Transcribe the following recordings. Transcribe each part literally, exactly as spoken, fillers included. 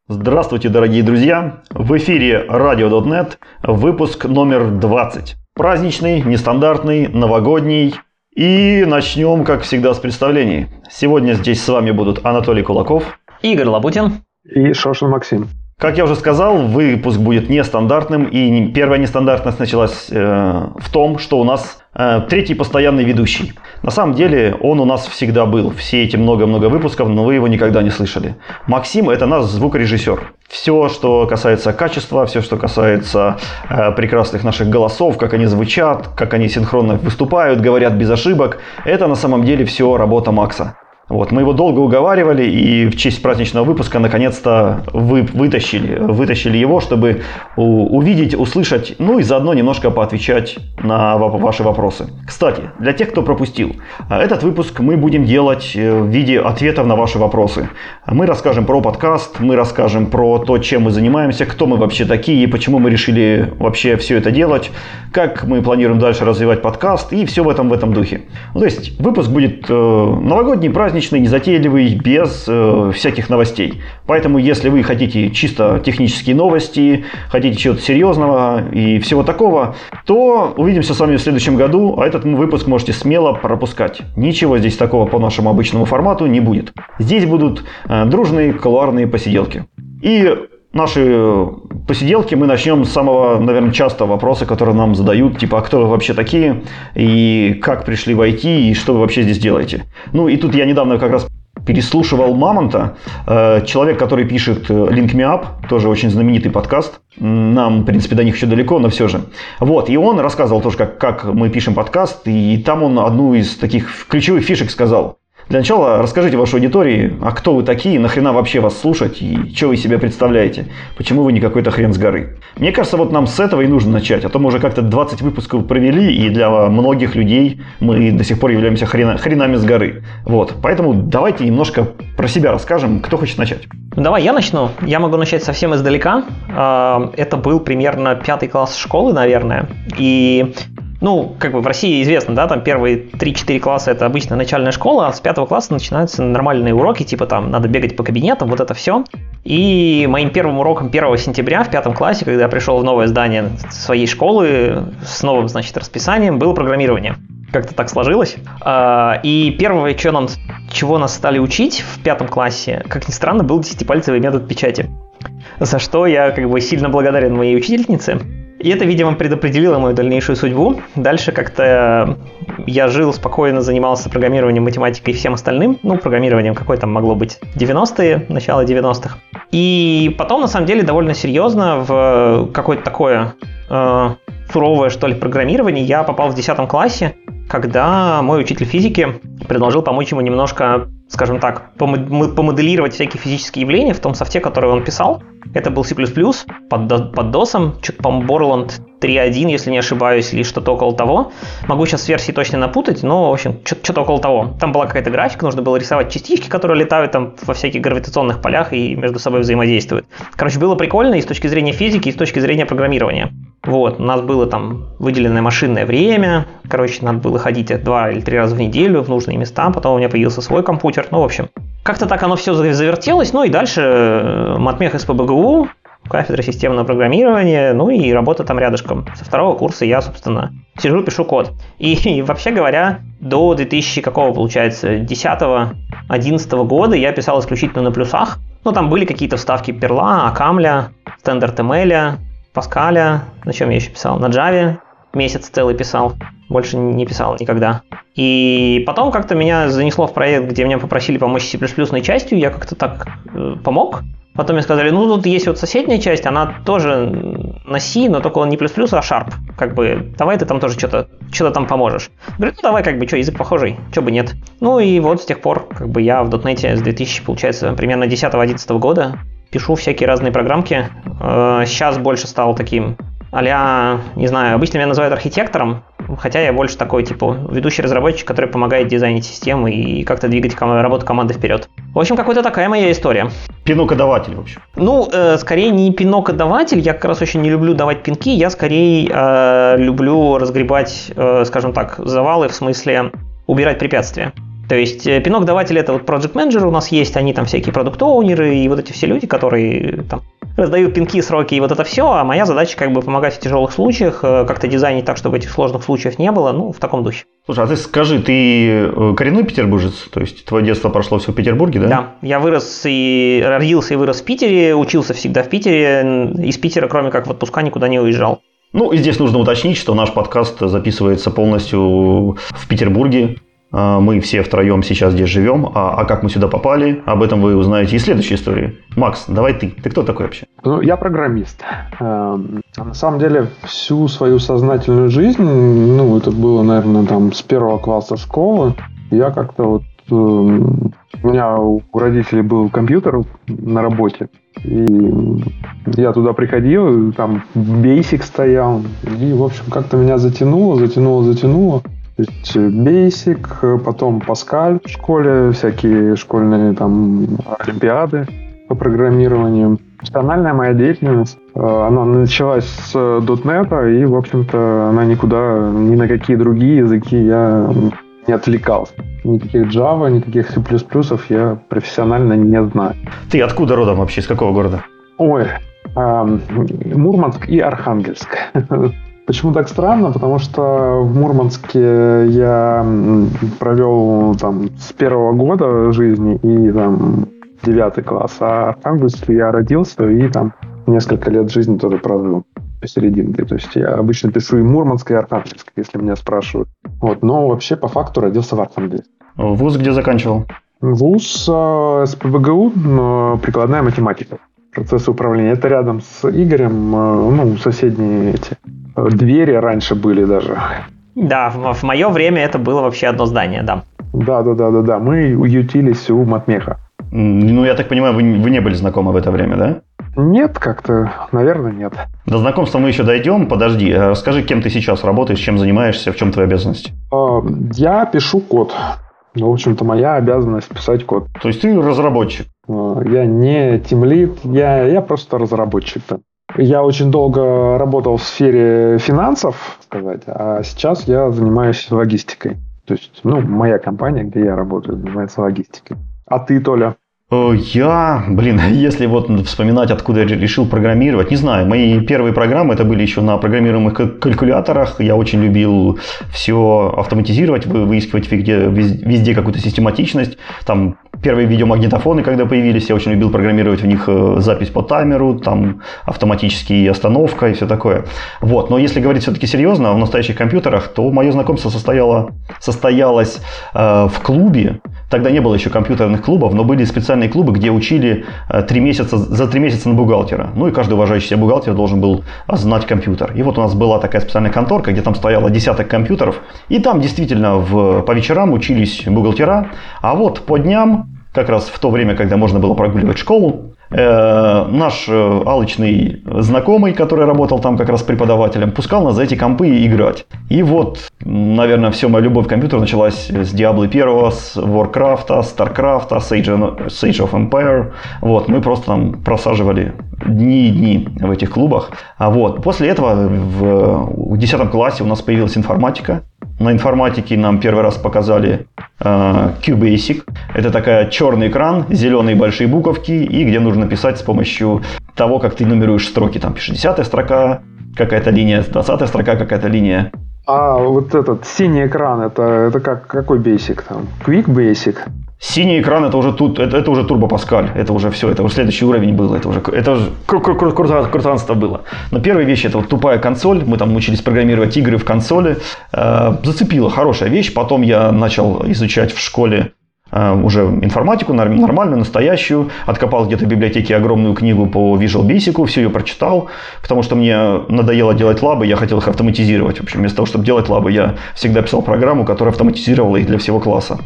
Здравствуйте, дорогие друзья! В эфире радио точка нет, выпуск номер двадцать. Праздничный, нестандартный, новогодний. И начнем, как всегда, с представлений. Сегодня здесь с вами будут Анатолий Кулаков, Игорь Лабутин и Шошин Максим. Как я уже сказал, выпуск будет нестандартным, и первая нестандартность началась э, в том, что у нас э, третий постоянный ведущий. На самом деле он у нас всегда был, все эти много-много выпусков, но вы его никогда не слышали. Максим – это наш звукорежиссер. Все, что касается качества, все, что касается э, прекрасных наших голосов, как они звучат, как они синхронно выступают, говорят без ошибок, это на самом деле все работа Макса. Вот, мы его долго уговаривали и в честь праздничного выпуска наконец-то вы, вытащили, вытащили его, чтобы у, увидеть, услышать, ну и заодно немножко поотвечать на ваши вопросы. Кстати, для тех, кто пропустил, этот выпуск мы будем делать в виде ответов на ваши вопросы. Мы расскажем про подкаст, мы расскажем про то, чем мы занимаемся, кто мы вообще такие, почему мы решили вообще все это делать, как мы планируем дальше развивать подкаст и все в этом, в этом духе. Ну, то есть выпуск будет э, новогодний, праздничный, незатейливый, без э, всяких новостей. Поэтому, если вы хотите чисто технические новости, хотите чего-то серьезного и всего такого, то увидимся с вами в следующем году, а этот выпуск можете смело пропускать. Ничего здесь такого по нашему обычному формату не будет. Здесь будут э, дружные кулуарные посиделки. И наши посиделки мы начнем с самого, наверное, частого вопроса, который нам задают, типа, а кто вы вообще такие, и как пришли в ай ти, и что вы вообще здесь делаете. Ну, и тут я недавно как раз переслушивал Мамонта, человек, который пишет Link Me Up, тоже очень знаменитый подкаст. Нам, в принципе, до них еще далеко, но все же. Вот, и он рассказывал тоже, как, как мы пишем подкаст, и там он одну из таких ключевых фишек сказал. Для начала расскажите вашей аудитории, а кто вы такие, нахрена вообще вас слушать и что вы себя представляете, почему вы не какой-то хрен с горы. Мне кажется, вот нам с этого и нужно начать, а то мы уже как-то двадцать выпусков провели, и для многих людей мы до сих пор являемся хрена, хренами с горы. Вот, поэтому давайте немножко про себя расскажем, кто хочет начать. Давай я начну. Я могу начать совсем издалека. Это был примерно пятый класс школы, наверное, и... Ну, как бы в России известно, да, там первые три-четыре класса это обычно начальная школа, а с пятого класса начинаются нормальные уроки, типа там надо бегать по кабинетам, вот это все. И моим первым уроком первого сентября в пятом классе, когда я пришел в новое здание своей школы с новым, значит, расписанием, было программирование. Как-то так сложилось. И первое, что нам, чего нас стали учить в пятом классе, как ни странно, был десятипальцевый метод печати. За что я как бы сильно благодарен моей учительнице. И это, видимо, предопределило мою дальнейшую судьбу. Дальше как-то я жил спокойно, занимался программированием, математикой и всем остальным. Ну, программированием какое там могло быть девяностые, начало девяностых. И потом, на самом деле, довольно серьезно в какое-то такое э, суровое, что ли, программирование я попал в десятом классе, когда мой учитель физики предложил помочь ему немножко, скажем так, помоделировать всякие физические явления в том софте, который он писал. Это был C++ под, под досом, что-то, по-моему, Borland три точка один, если не ошибаюсь, или что-то около того. Могу сейчас версии точно напутать, но, в общем, что-то около того. Там была какая-то графика, нужно было рисовать частички, которые летают там во всяких гравитационных полях и между собой взаимодействуют. Короче, было прикольно и с точки зрения физики, и с точки зрения программирования. Вот, у нас было там выделенное машинное время, короче, надо было ходить два или три раза в неделю в нужные места, потом у меня появился свой компьютер, ну, в общем. Как-то так оно все завертелось, ну и дальше матмех эс пэ бэ гэ у, кафедра системного программирования, ну и работа там рядышком. Со второго курса я, собственно, сижу, пишу код. И, и вообще говоря, до две тысячи, какого получается, десятого-одиннадцатого года я писал исключительно на плюсах. Ну, там были какие-то вставки перла, акамля, стандарт эм эл, паскаля, на чем я еще писал, на Java. Месяц целый писал, больше не писал никогда. И потом как-то меня занесло в проект, где меня попросили помочь с C++-ной частью, я как-то так э, помог. Потом мне сказали, ну тут есть вот соседняя часть, она тоже на C, но только он не плюс плюс, а Sharp. Как бы, давай ты там тоже что-то, что-то там поможешь. Говорю, ну давай, как бы, что, язык похожий, что бы нет. Ну и вот с тех пор, как бы, я в .дот нет с две тысячи, получается, примерно десятого-одиннадцатого года пишу всякие разные программки. Э, сейчас больше стал таким... а-ля, не знаю, обычно меня называют архитектором, хотя я больше такой, типа, ведущий разработчик, который помогает дизайнить системы и как-то двигать ком- работу команды вперед. В общем, какая-то такая моя история. Пинокодаватель, в общем. Ну, э, скорее не пинокодаватель, я как раз очень не люблю давать пинки, я скорее э, люблю разгребать, э, скажем так, завалы, в смысле убирать препятствия. То есть пинок-даватель — это вот project менеджеры у нас есть, они там всякие продукт-оунеры и вот эти все люди, которые там раздают пинки, сроки и вот это все, а моя задача как бы помогать в тяжелых случаях, как-то дизайнить так, чтобы этих сложных случаев не было, ну, в таком духе. Слушай, а ты скажи, ты коренной петербуржец? То есть твое детство прошло все в Петербурге, да? Да, я вырос и родился и вырос в Питере, учился всегда в Питере, из Питера, кроме как в отпуска, никуда не уезжал. Ну, и здесь нужно уточнить, что наш подкаст записывается полностью в Петербурге. Мы все втроем сейчас здесь живем, а, а как мы сюда попали, об этом вы узнаете из следующей истории. Макс, давай ты. Ты кто такой вообще? Ну, я программист. На самом деле, всю свою сознательную жизнь, ну, это было, наверное, там с первого класса школы, я как-то вот... У меня у родителей был компьютер на работе, и я туда приходил, там Basic стоял, и, в общем, как-то меня затянуло, затянуло, затянуло. То есть Basic, потом Pascal в школе, всякие школьные там олимпиады по программированию. Профессиональная моя деятельность, она началась с .дот нет, и, в общем-то, она никуда, ни на какие другие языки я не отвлекался. Никаких Java, никаких C++ я профессионально не знаю. Ты откуда родом вообще, из какого города? Ой, э, Мурманск и Архангельск. Почему так странно? Потому что в Мурманске я провел там с первого года жизни и там девятый класс, а в Архангельске я родился и там несколько лет жизни тоже прожил посерединке. То есть я обычно пишу и Мурманск, и Архангельск, если меня спрашивают. Вот, но вообще по факту родился в Архангельске. Вуз где заканчивал? Вуз э, СПбГУ, э, прикладная математика. Процессы управления. Это рядом с Игорем, э, ну, соседние эти двери раньше были даже. Да, в, в мое время это было вообще одно здание, да. Да, да, да, да, да. Мы уютились у Матмеха. Ну, я так понимаю, вы, вы не были знакомы в это время, да? Нет, как-то, наверное, нет. До знакомства мы еще дойдем. Подожди, расскажи, кем ты сейчас работаешь, чем занимаешься, в чем твои обязанности? Я пишу код. В общем-то, моя обязанность писать код. То есть ты разработчик? Я не тимлид, я, я просто разработчик. Да. Я очень долго работал в сфере финансов, сказать, а сейчас я занимаюсь логистикой. То есть, ну, моя компания, где я работаю, занимается логистикой. А ты, Толя? Я, блин, если вот вспоминать, откуда я решил программировать, не знаю, мои первые программы это были еще на программируемых калькуляторах. Я очень любил все автоматизировать, выискивать везде, везде какую-то систематичность. Там первые видеомагнитофоны, когда появились, я очень любил программировать в них запись по таймеру, там автоматические остановка и все такое. Вот, но если говорить все-таки серьезно, в настоящих компьютерах, то мое знакомство состояло, состоялось э, в клубе. Тогда не было еще компьютерных клубов, но были специальные клубы, где учили три месяца, за три месяца на бухгалтера. Ну и каждый уважающий себя бухгалтер должен был знать компьютер. И вот у нас была такая специальная конторка, где там стояло десяток компьютеров. И там действительно в, по вечерам учились бухгалтера. А вот по дням, как раз в то время, когда можно было прогуливать школу, э, наш э, алчный знакомый, который работал там как раз преподавателем, пускал нас за эти компы играть. И вот, наверное, вся моя любовь к компьютеру началась с Diablo один, с Warcraft, StarCraft, с Age of Empire. Вот, мы просто там просаживали дни и дни в этих клубах. А вот, после этого в, в десятом классе у нас появилась информатика. На информатике нам первый раз показали э, QBasic. Это такая черный экран, зеленые большие буковки, и где нужно писать с помощью того, как ты нумеруешь строки. Там шестидесятая строка, какая-то линия, двадцатая строка, какая-то линия. А вот этот синий экран, это, это как, какой Basic там? Quick Basic? Синий экран это уже тут, это, это уже Turbo Pascal, это уже все, это уже следующий уровень был, это уже, это уже крутанство было. Но первая вещь это вот тупая консоль, мы там учились программировать игры в консоли, э, зацепила хорошая вещь, потом я начал изучать в школе э, уже информатику нормальную, настоящую, откопал где-то в библиотеке огромную книгу по Visual Basic, все ее прочитал, потому что мне надоело делать лабы, я хотел их автоматизировать. В общем, вместо того, чтобы делать лабы, я всегда писал программу, которая автоматизировала их для всего класса.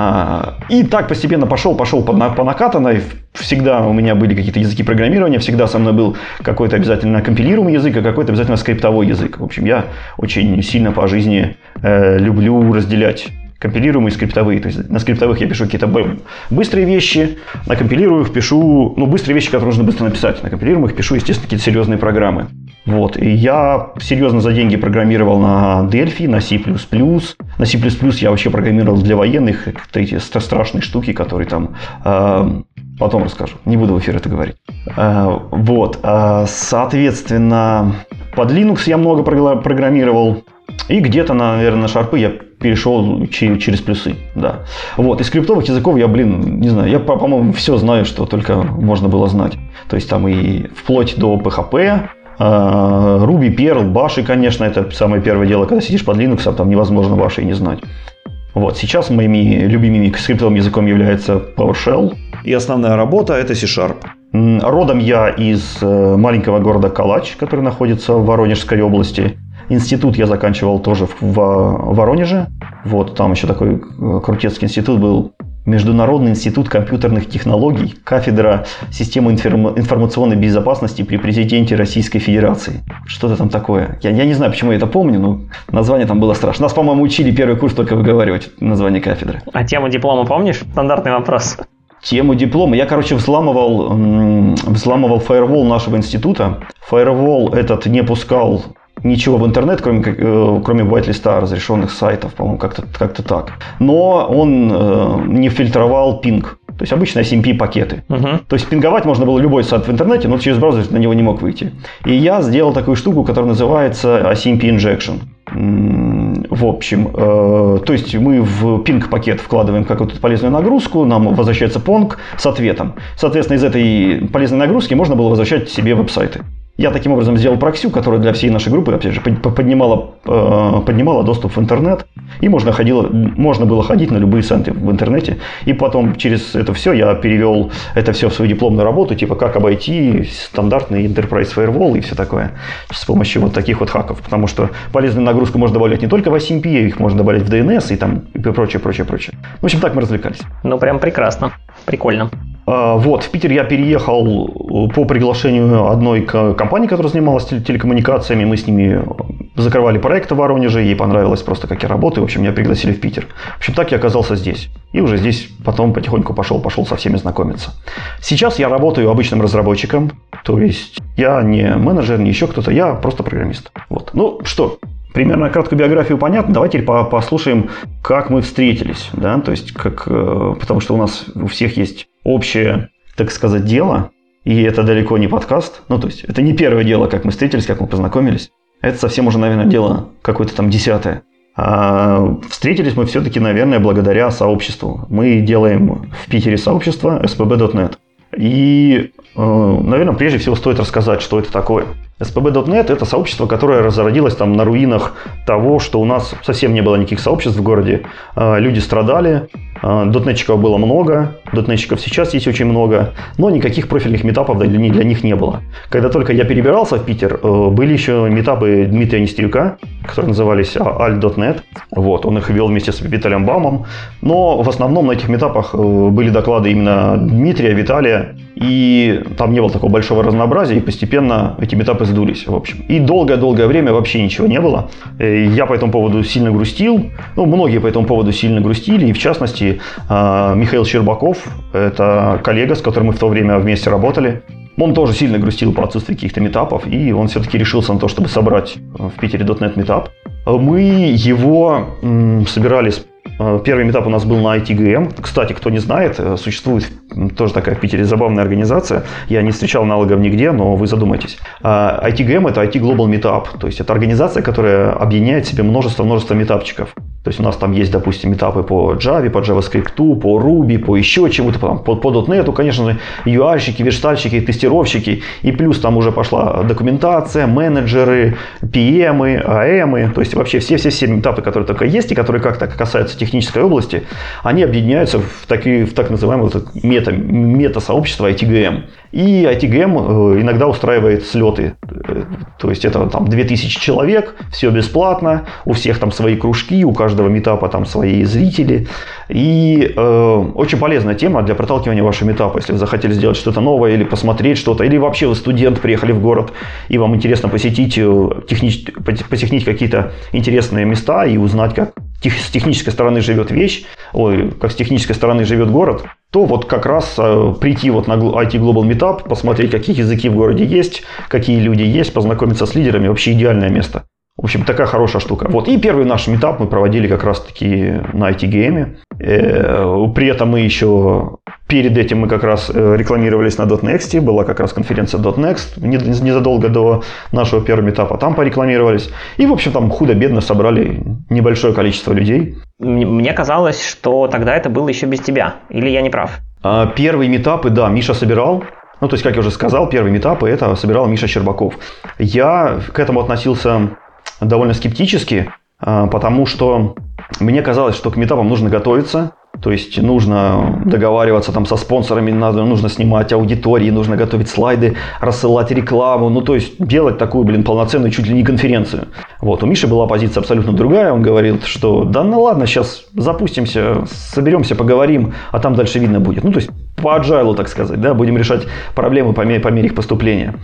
И так постепенно пошел, пошел по накатанной. Всегда у меня были какие-то языки программирования, всегда со мной был какой-то обязательно компилируемый язык, а какой-то обязательно скриптовой язык. В общем, я очень сильно по жизни э, люблю разделять компилируемые скриптовые. То есть на скриптовых я пишу какие-то быстрые вещи, на компилируемых пишу, ну, быстрые вещи, которые нужно быстро написать. На компилируемых пишу, естественно, какие-то серьезные программы. Вот. И я серьезно за деньги программировал на Delphi, на C++. На C++ я вообще программировал для военных, эти страшные штуки, которые там... Э, потом расскажу, не буду в эфир это говорить. Э, вот. Э, соответственно, под Linux я много программировал. И где-то, наверное, на шарпы я перешел через плюсы, да. Вот, из скриптовых языков я, блин, не знаю, я, по-моему, все знаю, что только можно было знать. То есть там и вплоть до пи эйч пи, Ruby, Perl, Bash, конечно, это самое первое дело, когда сидишь под Linux, там невозможно Bash и не знать. Вот, сейчас моими любимыми скриптовым языком является PowerShell. И основная работа – это C-Sharp. Родом я из маленького города Калач, который находится в Воронежской области. Институт я заканчивал тоже в Воронеже. Вот, там еще такой крутецкий институт был. Международный институт компьютерных технологий, кафедра системы информационной безопасности при президенте Российской Федерации. Что-то там такое. Я, я не знаю, почему я это помню, но название там было страшно. Нас, по-моему, учили первый курс только выговаривать название кафедры. А тему диплома помнишь? Стандартный вопрос. Тему диплома. Я, короче, взламывал, взламывал фаервол нашего института. Фаервол этот не пускал ничего в интернет, кроме, кроме whitelist разрешенных сайтов, по-моему, как-то, как-то так. Но он э, не фильтровал пинг. То есть обычно эс эм пи-пакеты. Uh-huh. То есть пинговать можно было любой сайт в интернете, но через браузер на него не мог выйти. И я сделал такую штуку, которая называется эс эм пи injection. В общем, э, то есть мы в пинг-пакет вкладываем какую-то полезную нагрузку, нам возвращается понг с ответом. Соответственно, из этой полезной нагрузки можно было возвращать себе веб-сайты. Я таким образом сделал проксю, которая для всей нашей группы, опять же, поднимала, поднимала доступ в интернет. И можно, ходило, можно было ходить на любые сайты в интернете. И потом через это все я перевел это все в свою дипломную работу, типа как обойти стандартный Enterprise Firewall и все такое. С помощью вот таких вот хаков. Потому что полезную нагрузку можно добавлять не только в эс эм пи, их можно добавлять в ди эн эс и там и прочее, прочее, прочее. В общем, так мы развлекались. Ну, прям прекрасно. Прикольно. Вот, в Питер я переехал по приглашению одной компании, которая занималась телекоммуникациями. Мы с ними закрывали проекты в Воронеже, ей понравилось просто, как я работаю. В общем, меня пригласили в Питер. В общем, так я оказался здесь. И уже здесь потом потихоньку пошел, пошел со всеми знакомиться. Сейчас я работаю обычным разработчиком. То есть я не менеджер, не еще кто-то, я просто программист. Вот. Ну что, примерно краткую биографию понятно. Давайте теперь послушаем, как мы встретились. Да? То есть, как, потому что у нас у всех есть общее, так сказать, дело. И это далеко не подкаст. Ну, то есть, это не первое дело, как мы встретились, как мы познакомились. Это совсем уже, наверное, дело какое-то там десятое. А встретились мы все-таки, наверное, благодаря сообществу. Мы делаем в Питере сообщество эс пи би точка нет. И, наверное, прежде всего стоит рассказать, что это такое. эс пи би точка нет – это сообщество, которое зародилось там на руинах того, что у нас совсем не было никаких сообществ в городе. Люди страдали, дотнетчиков было много, дотнетчиков сейчас есть очень много, но никаких профильных митапов для них не было. Когда только я перебирался в Питер, были еще митапы Дмитрия Нестерюка, которые назывались альт точка нет. Вот, он их вел вместе с Виталием Баумом. Но в основном на этих митапах были доклады именно Дмитрия, Виталия, и там не было такого большого разнообразия, и постепенно эти митапы сдулись, в общем. И долгое-долгое время вообще ничего не было. Я по этому поводу сильно грустил, ну, многие по этому поводу сильно грустили, и в частности Михаил Щербаков, это коллега, с которым мы в то время вместе работали. Он тоже сильно грустил по отсутствию каких-то митапов, и он все-таки решился на то, чтобы собрать в Питере точка нет митап. Мы его м, собирались. Первый митап у нас был на ай ти джи эм. Кстати, кто не знает, существует тоже такая в Питере забавная организация. Я не встречал аналогов нигде, но вы задумайтесь. ай ти джи эм – это ай ти Global Meetup. То есть это организация, которая объединяет в себе множество-множество митапчиков. То есть у нас там есть, допустим, митапы по Java, по JavaScript, по Ruby, по еще чему-то, по, по, по точка нет, конечно же, ю ай-щики, верстальщики, тестировщики. И плюс там уже пошла документация, менеджеры, пи эм-ы, эй эм-ы. То есть вообще все-все-все митапы, которые только есть и которые как-то касаются технической области, они объединяются в, такие, в так называемое вот мета, мета-сообщество ай ти джи эм. И ай ти джи эм иногда устраивает слеты. То есть это там две тысячи человек, все бесплатно, у всех там свои кружки, у каждого митапа там свои зрители. И э, очень полезная тема для проталкивания вашего митапа. Если вы захотели сделать что-то новое или посмотреть что-то, или вообще вы студент, приехали в город, и вам интересно посетить, технич... посетить какие-то интересные места и узнать, как тех, с технической стороны живет вещь, ой, как с технической стороны живет город, то вот как раз э, прийти вот на ай ти Global Meetup, посмотреть, какие языки в городе есть, какие люди есть, познакомиться с лидерами, вообще идеальное место. В общем, такая хорошая штука. Вот. И первый наш митап мы проводили как раз-таки на ай ти-гейме. Э, при этом мы еще... Перед этим мы как раз рекламировались на .next. Была как раз конференция .next незадолго до нашего первого митапа. Там порекламировались. И, в общем, там худо-бедно собрали небольшое количество людей. Мне казалось, что тогда это было еще без тебя. Или я не прав? Первые митапы, да, Миша собирал. Ну, то есть, как я уже сказал, первые митапы это собирал Миша Щербаков. Я к этому относился довольно скептически, потому что мне казалось, что к митапам нужно готовиться. То есть нужно договариваться там со спонсорами, надо, нужно снимать аудитории, нужно готовить слайды, рассылать рекламу. Ну, то есть делать такую, блин, полноценную чуть ли не конференцию. Вот. У Миши была позиция абсолютно другая. Он говорил, что да ну ладно, сейчас запустимся, соберемся, поговорим, а там дальше видно будет. Ну, то есть по agile, так сказать, да, будем решать проблемы по мере, по мере их поступления.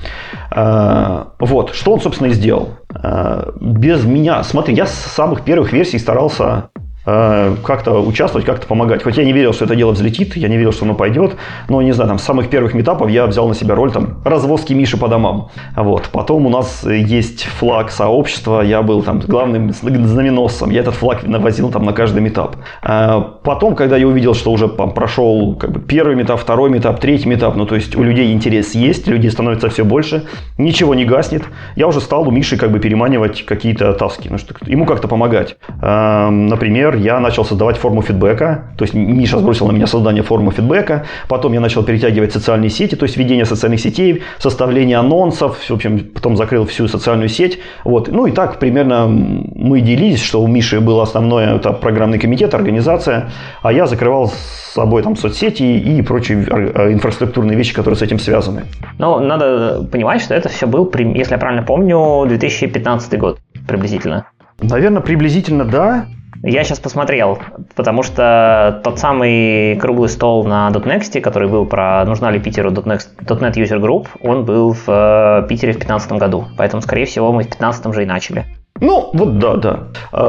А, вот. Что он, собственно, и сделал. А, без меня, смотри, я с самых первых версий старался... как-то участвовать, как-то помогать. Хоть я не верил, что это дело взлетит, я не верил, что оно пойдет, но, не знаю, там, с самых первых митапов я взял на себя роль там, развозки Миши по домам. Вот. Потом у нас есть флаг сообщества, я был там главным знаменосцем, я этот флаг возил там на каждый митап. Потом, когда я увидел, что уже там, прошел как бы, первый митап, второй митап, третий митап, ну, то есть у людей интерес есть, людей становится все больше, ничего не гаснет, я уже стал у Миши как бы переманивать какие-то таски, ну, что, ему как-то помогать. Например, я начал создавать форму фидбэка, то есть Миша сбросил на меня создание формы фидбэка, потом я начал перетягивать социальные сети, то есть ведение социальных сетей, составление анонсов, в общем, потом закрыл всю социальную сеть, вот, ну и так примерно мы делились, что у Миши был основной это программный комитет, организация, а я закрывал с собой там соцсети и прочие инфраструктурные вещи, которые с этим связаны. Ну, надо понимать, что это все был, если я правильно помню, две тысячи пятнадцатый год приблизительно. Наверное, приблизительно, да. Я сейчас посмотрел, потому что тот самый круглый стол на .next, который был про нужна ли Питеру .net User Group, он был в Питере в две тысячи пятнадцатом году. Поэтому, скорее всего, мы в две тысячи пятнадцатом же и начали. Ну, вот да, да.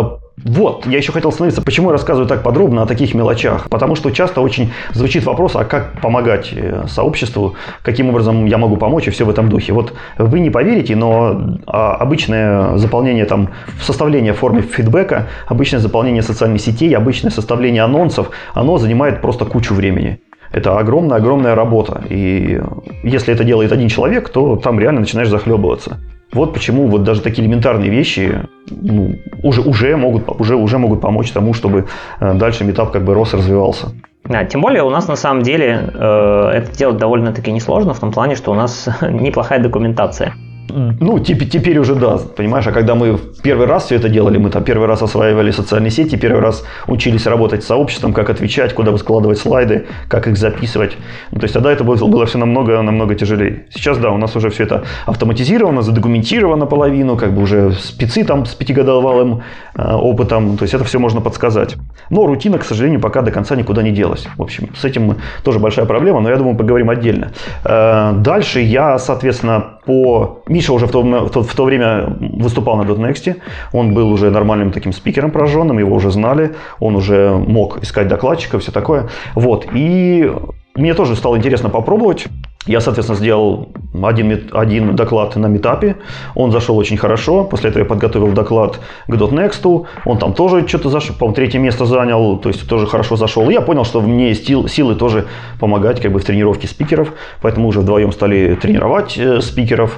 Вот, я еще хотел остановиться, почему я рассказываю так подробно о таких мелочах. Потому что часто очень звучит вопрос, а как помогать сообществу, каким образом я могу помочь, и все в этом духе. Вот вы не поверите, но обычное заполнение, там, составление формы фидбэка, обычное заполнение социальных сетей, обычное составление анонсов, оно занимает просто кучу времени. Это огромная-огромная работа. И если это делает один человек, то там реально начинаешь захлебываться. Вот почему вот даже такие элементарные вещи ну, уже, уже, могут, уже, уже могут помочь тому, чтобы дальше митап как бы рос и развивался. Да, тем более у нас на самом деле э, это делать довольно-таки несложно в том плане, что у нас неплохая документация. Ну, теперь, теперь уже да, понимаешь, а когда мы первый раз все это делали, мы там первый раз осваивали социальные сети, первый раз учились работать с сообществом, как отвечать, куда выкладывать слайды, как их записывать. Ну, то есть тогда это было, было все намного, намного тяжелее. Сейчас, да, у нас уже все это автоматизировано, задокументировано половину, как бы уже спецы там с пятигодовалым э, опытом, то есть это все можно подсказать. Но рутина, к сожалению, пока до конца никуда не делась. В общем, с этим тоже большая проблема, но я думаю, поговорим отдельно. Э, дальше я, соответственно, по... Миша уже в то, в, то, в то время выступал на .next, он был уже нормальным таким спикером прожженным, его уже знали, он уже мог искать докладчиков, все такое. Вот, и мне тоже стало интересно попробовать. Я, соответственно, сделал один, один доклад на митапе, он зашел очень хорошо, после этого я подготовил доклад к .next, он там тоже что-то зашел, по-моему, третье место занял, то есть тоже хорошо зашел. И я понял, что в мне есть сил, силы тоже помогать как бы в тренировке спикеров, поэтому уже вдвоем стали тренировать э, спикеров.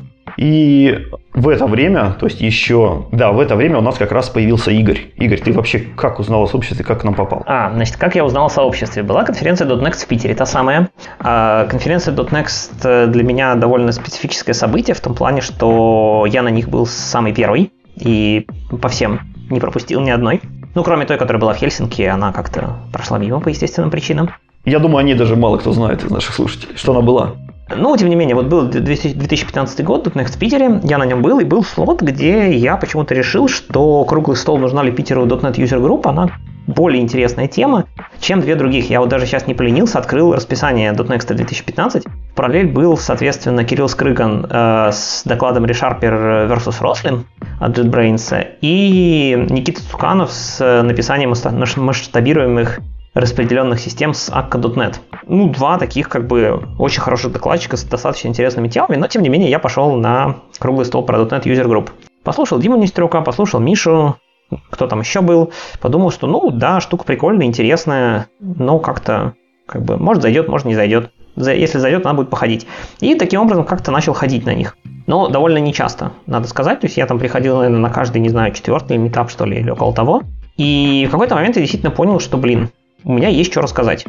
И в это время, то есть еще, да, в это время у нас как раз появился Игорь. Игорь, ты вообще как узнал о сообществе, как к нам попал? А, значит, как я узнал о сообществе? Была конференция .next в Питере, та самая. А, конференция .next для меня довольно специфическое событие в том плане, что я на них был самый первый и по всем не пропустил ни одной. Ну, кроме той, которая была в Хельсинки, она как-то прошла мимо по естественным причинам. Я думаю, о ней даже мало кто знает из наших слушателей, что она была. Ну, тем не менее, вот был две тысячи пятнадцатый год, .next в Питере, я на нем был, и был слот, где я почему-то решил, что круглый стол нужна ли Питеру .net User Group, она более интересная тема, чем две других. Я вот даже сейчас не поленился, открыл расписание .next две тысячи пятнадцать, В параллель был, соответственно, Кирилл Скрыган э, с докладом ReSharper versus Roslyn от JetBrains и Никита Цуканов с написанием масштабируемых распределенных систем с Akka точка нет. Ну, два таких как бы очень хороших докладчика с достаточно интересными темами, но тем не менее я пошел на круглый стол про .дот нет User Group. Послушал Диму Нестерука, послушал Мишу, кто там еще был, подумал, что ну да, штука прикольная, интересная, но как-то как бы может зайдет, может не зайдет. Если зайдет, надо будет походить. И таким образом как-то начал ходить на них. Но довольно нечасто, надо сказать. То есть я там приходил, наверное, на каждый, не знаю, четвертый митап, что ли, или около того. И в какой-то момент я действительно понял, что, блин, у меня есть что рассказать.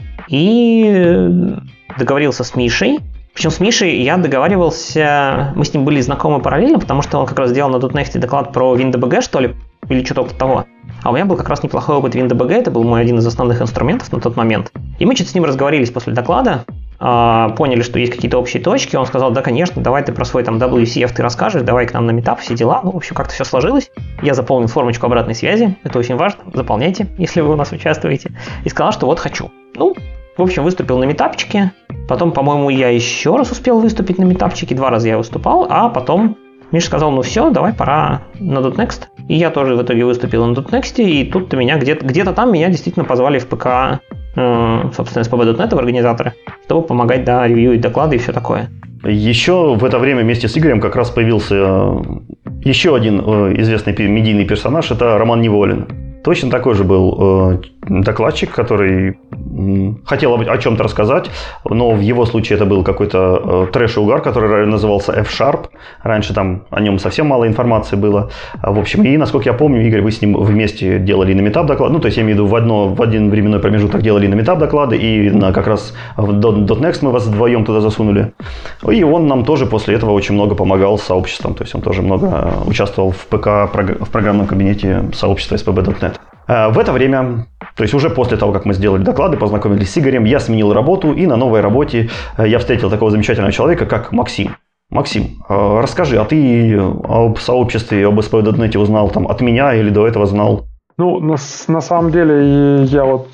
И договорился с Мишей. Причем с Мишей я договаривался, мы с ним были знакомы параллельно, потому что он как раз сделал на .дот нет доклад про WinDBG, что ли, или что-то около того. А у меня был как раз неплохой опыт WinDBG, это был мой один из основных инструментов на тот момент. И мы что-то с ним разговорились после доклада, поняли, что есть какие-то общие точки. Он сказал, да, конечно, давай ты про свой там дабл ю си эф ты расскажешь, давай к нам на митап, все дела. Ну, в общем, как-то все сложилось. Я заполнил формочку обратной связи, это очень важно, заполняйте, если вы у нас участвуете. И сказал, что вот хочу. Ну, в общем, выступил на митапчике. Потом, по-моему, я еще раз успел выступить на митапчике, два раза я выступал, а потом Миша сказал, ну все, давай, пора на .дот некст. И я тоже в итоге выступил на .дот некст, и тут-то меня где-то, где-то там меня действительно позвали в ПК, э, собственно, эс пи би точка нет в организаторы, чтобы помогать, да, ревьюить доклады и все такое. Еще в это время вместе с Игорем как раз появился еще один известный медийный персонаж, это Роман Неволин. Точно такой же был э, докладчик, который э, хотел о чем-то рассказать, но в его случае это был какой-то э, трэш и угар, который назывался F-Sharp. Раньше там о нем совсем мало информации было. В общем, и, насколько я помню, Игорь, вы с ним вместе делали на метап доклады. Ну, то есть, я имею в виду, в, одно, в один временной промежуток делали на метап доклады, и на, как раз в .дот некст мы вас вдвоем туда засунули. И он нам тоже после этого очень много помогал сообществом. То есть, он тоже много участвовал в ПК, в программном кабинете сообщества эс пи би точка нет. В это время, то есть уже после того, как мы сделали доклады, познакомились с Игорем, я сменил работу, и на новой работе я встретил такого замечательного человека, как Максим. Максим, расскажи, а ты об сообществе, об эс пи би точка нет узнал там, от меня или до этого знал? Ну, на, на самом деле, я вот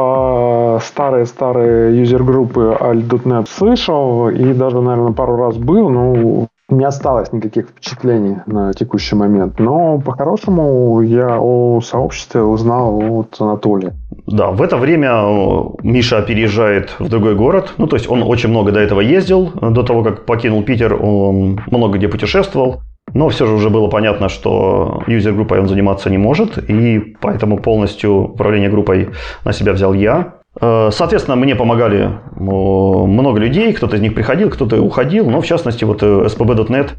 про старые-старые юзер-группы альт точка нет слышал, и даже, наверное, пару раз был, но не осталось никаких впечатлений на текущий момент. Но по-хорошему я о сообществе узнал от Анатолия. Да, в это время Миша переезжает в другой город. Ну, то есть он очень много до этого ездил. До того, как покинул Питер, он много где путешествовал. Но все же уже было понятно, что юзер-группой он заниматься не может. И поэтому полностью управление группой на себя взял я. Соответственно, мне помогали много людей, кто-то из них приходил, кто-то уходил, но в частности вот эс пи би точка нет,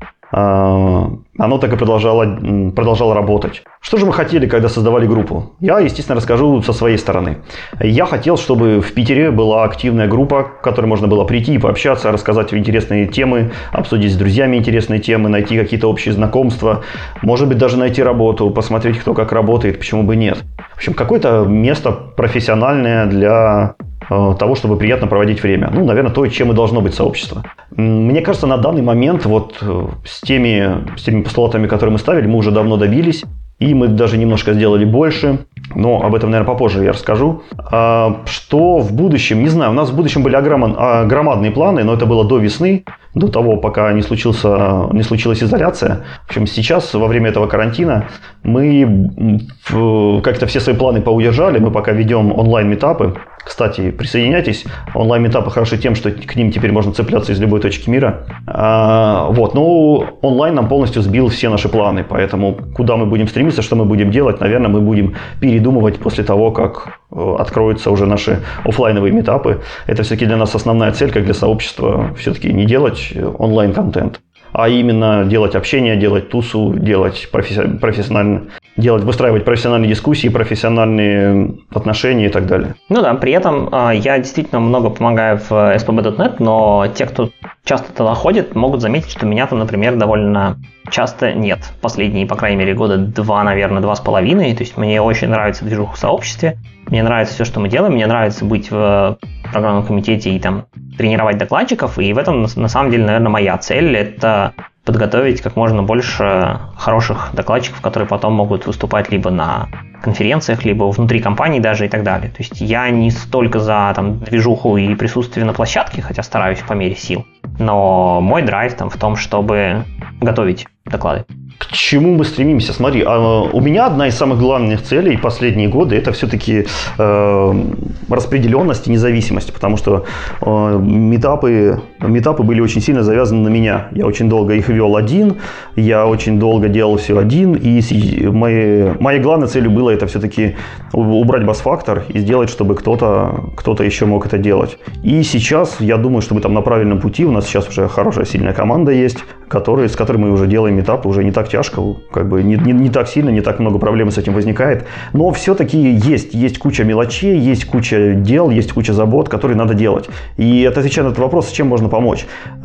оно так и продолжало, продолжало работать. Что же мы хотели, когда создавали группу? Я, естественно, расскажу со своей стороны. Я хотел, чтобы в Питере была активная группа, к которой можно было прийти и пообщаться, рассказать интересные темы, обсудить с друзьями интересные темы, найти какие-то общие знакомства, может быть, даже найти работу, посмотреть, кто как работает, почему бы нет. В общем, какое-то место профессиональное для того, чтобы приятно проводить время. Ну, наверное, то, чем и должно быть сообщество. Мне кажется, на данный момент вот с теми, с теми постулатами, которые мы ставили, мы уже давно добились. И мы даже немножко сделали больше. Но об этом, наверное, попозже я расскажу. Что в будущем? Не знаю, у нас в будущем были громадные планы, но это было до весны, до того, пока не, случился, не случилась изоляция. В общем, сейчас, во время этого карантина, мы как-то все свои планы поудержали. Мы пока ведем онлайн-митапы. Кстати, присоединяйтесь. Онлайн-митапы хороши тем, что к ним теперь можно цепляться из любой точки мира. А, вот, но онлайн нам полностью сбил все наши планы. Поэтому куда мы будем стремиться, что мы будем делать, наверное, мы будем передумывать после того, как откроются уже наши офлайновые митапы. Это все-таки для нас основная цель, как для сообщества, все-таки не делать онлайн-контент, а именно делать общение, делать тусу, делать професси- профессионально, делать, выстраивать профессиональные дискуссии, профессиональные отношения и так далее. Ну да, при этом э, я действительно много помогаю в эс пи би точка нет, но те, кто часто туда ходит, могут заметить, что меня там, например, довольно часто нет. Последние, по крайней мере, года два, наверное, два с половиной. То есть мне очень нравится движуха в сообществе, мне нравится все, что мы делаем, мне нравится быть в программном комитете и там тренировать докладчиков, и в этом, на самом деле, наверное, моя цель – это подготовить как можно больше хороших докладчиков, которые потом могут выступать либо на конференциях, либо внутри компании даже и так далее. То есть я не столько за там, движуху и присутствие на площадке, хотя стараюсь по мере сил, но мой драйв там в том, чтобы готовить доклады. К чему мы стремимся? Смотри, у меня одна из самых главных целей последние годы – это все-таки э, распределенность и независимость, потому что э, митапы, митапы были очень сильно завязаны на меня. Я очень долго их вел один, я очень долго делал все один, и моей, моей главной целью было это все-таки убрать бас-фактор и сделать, чтобы кто-то, кто-то еще мог это делать. И сейчас я думаю, что мы там на правильном пути, у нас сейчас уже хорошая, сильная команда есть, которые, с которой мы уже делаем митапы, уже не так тяжко, как бы не, не, не так сильно, не так много проблем с этим возникает, но все-таки есть, есть куча мелочей, есть куча дел, есть куча забот, которые надо делать. И это отвечая на этот вопрос, чем можно помочь.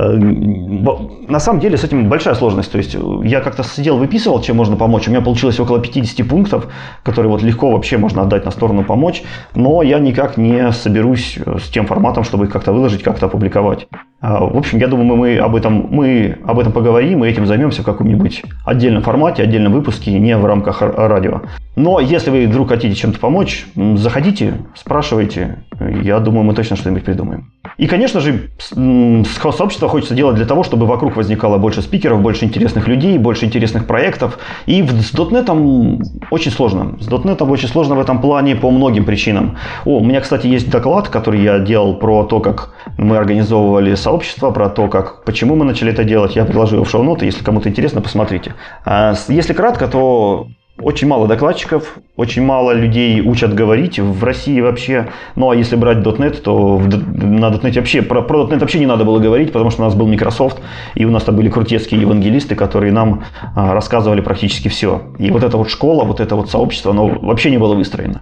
На самом деле с этим большая сложность, то есть я как-то сидел, выписывал, чем можно помочь, у меня получилось около пятьдесят пунктов, которые вот легко вообще можно отдать на сторону помочь, но я никак не соберусь с тем форматом, чтобы их как-то выложить, как-то опубликовать. В общем, я думаю, мы об этом, мы об этом поговорим и этим займемся в каком-нибудь отдельном формате, отдельном выпуске, не в рамках радио. Но если вы вдруг хотите чем-то помочь, заходите, спрашивайте. Я думаю, мы точно что-нибудь придумаем. И, конечно же, сообщество хочется делать для того, чтобы вокруг возникало больше спикеров, больше интересных людей, больше интересных проектов. И с .дот нет очень сложно. С .дот нет очень сложно в этом плане по многим причинам. О, у меня, кстати, есть доклад, который я делал про то, как мы организовывали сообщество, про то, как, почему мы начали это делать. Я приложу его в шоу-ноты, если кому-то интересно, посмотрите. Если кратко, то очень мало докладчиков, очень мало людей учат говорить в России вообще. Ну, а если брать .дот нет, то на .дот нет вообще, про, про .дот нет вообще не надо было говорить, потому что у нас был Microsoft, и у нас там были крутецкие евангелисты, которые нам а, рассказывали практически все. И вот эта вот школа, вот это вот сообщество, оно вообще не было выстроено.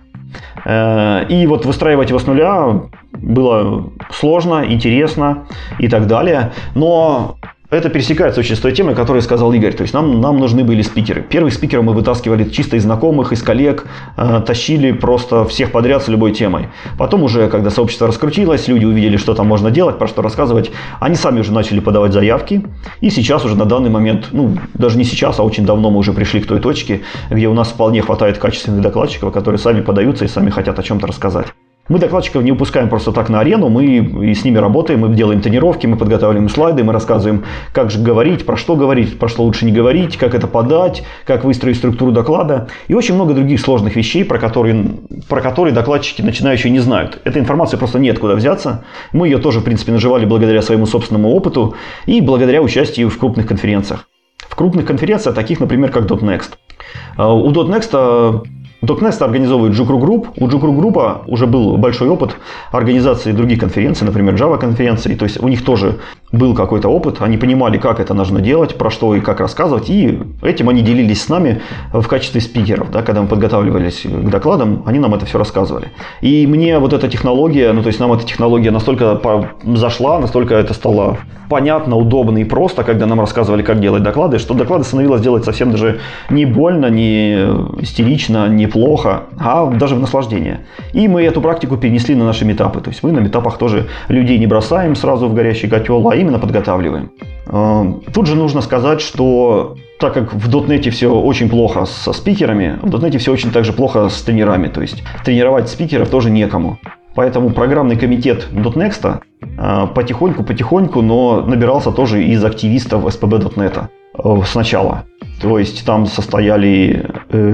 И вот выстраивать его с нуля было сложно, интересно и так далее. Но это пересекается очень с той темой, которую сказал Игорь. То есть нам, нам нужны были спикеры. Первых спикеров мы вытаскивали чисто из знакомых, из коллег, э, тащили просто всех подряд с любой темой. Потом уже, когда сообщество раскрутилось, люди увидели, что там можно делать, про что рассказывать, они сами уже начали подавать заявки. И сейчас уже на данный момент, ну даже не сейчас, а очень давно мы уже пришли к той точке, где у нас вполне хватает качественных докладчиков, которые сами подаются и сами хотят о чем-то рассказать. Мы докладчиков не упускаем просто так на арену, мы и с ними работаем, мы делаем тренировки, мы подготавливаем слайды, мы рассказываем, как же говорить, про что говорить, про что лучше не говорить, как это подать, как выстроить структуру доклада и очень много других сложных вещей, про которые, про которые докладчики начинающие не знают. Этой информации просто нет куда взяться. Мы ее тоже, в принципе, наживали благодаря своему собственному опыту и благодаря участию в крупных конференциях. В крупных конференциях, таких, например, как .дот некст. У .дот некст .дот некст организовывает джукру Group. У джукру Group уже был большой опыт организации других конференций, например, Java конференции. То есть у них тоже был какой-то опыт. Они понимали, как это нужно делать, про что и как рассказывать. И этим они делились с нами в качестве спикеров. Да, когда мы подготавливались к докладам, они нам это все рассказывали. И мне вот эта технология, ну то есть нам эта технология настолько зашла, настолько это стало понятно, удобно и просто, когда нам рассказывали, как делать доклады, что доклады становилось делать совсем даже не больно, не истерично, не плохо, а даже в наслаждение. И мы эту практику перенесли на наши митапы. То есть мы на митапах тоже людей не бросаем сразу в горящий котел, а именно подготавливаем. Тут же нужно сказать, что так как в .дот нет все очень плохо со спикерами, в .дот нет все очень также плохо с тренерами. То есть тренировать спикеров тоже некому. Поэтому программный комитет .дот некст потихоньку-потихоньку, но набирался тоже из активистов эс пэ бэ точка нет сначала. То есть там состояли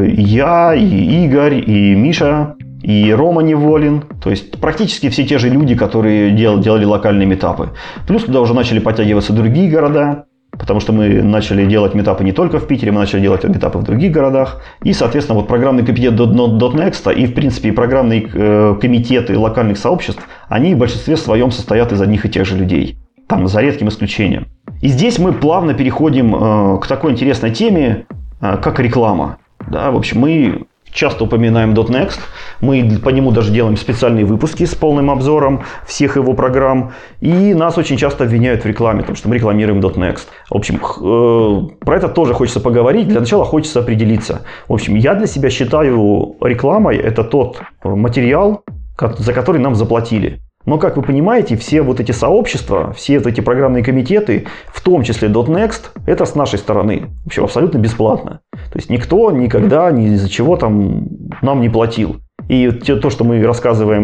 я, и Игорь, и Миша, и Рома Неволин. То есть практически все те же люди, которые дел, делали локальные митапы. Плюс туда уже начали подтягиваться другие города. Потому что мы начали делать митапы не только в Питере, мы начали делать митапы в других городах. И, соответственно, вот программный комитет .дот некст и, в принципе, и программные э, комитеты локальных сообществ, они в большинстве своем состоят из одних и тех же людей. Там, за редким исключением. И здесь мы плавно переходим э, к такой интересной теме, э, как реклама. Да, в общем, мы часто упоминаем .дот некст, мы по нему даже делаем специальные выпуски с полным обзором всех его программ, и нас очень часто обвиняют в рекламе, потому что мы рекламируем .дот некст. В общем, э, про это тоже хочется поговорить, для начала хочется определиться. В общем, я для себя считаю рекламой это тот материал, за который нам заплатили. Но, как вы понимаете, все вот эти сообщества, все вот эти программные комитеты, в том числе .дот некст, это с нашей стороны. Вообще абсолютно бесплатно. То есть никто никогда ни из-за чего там нам не платил. И то, что мы рассказываем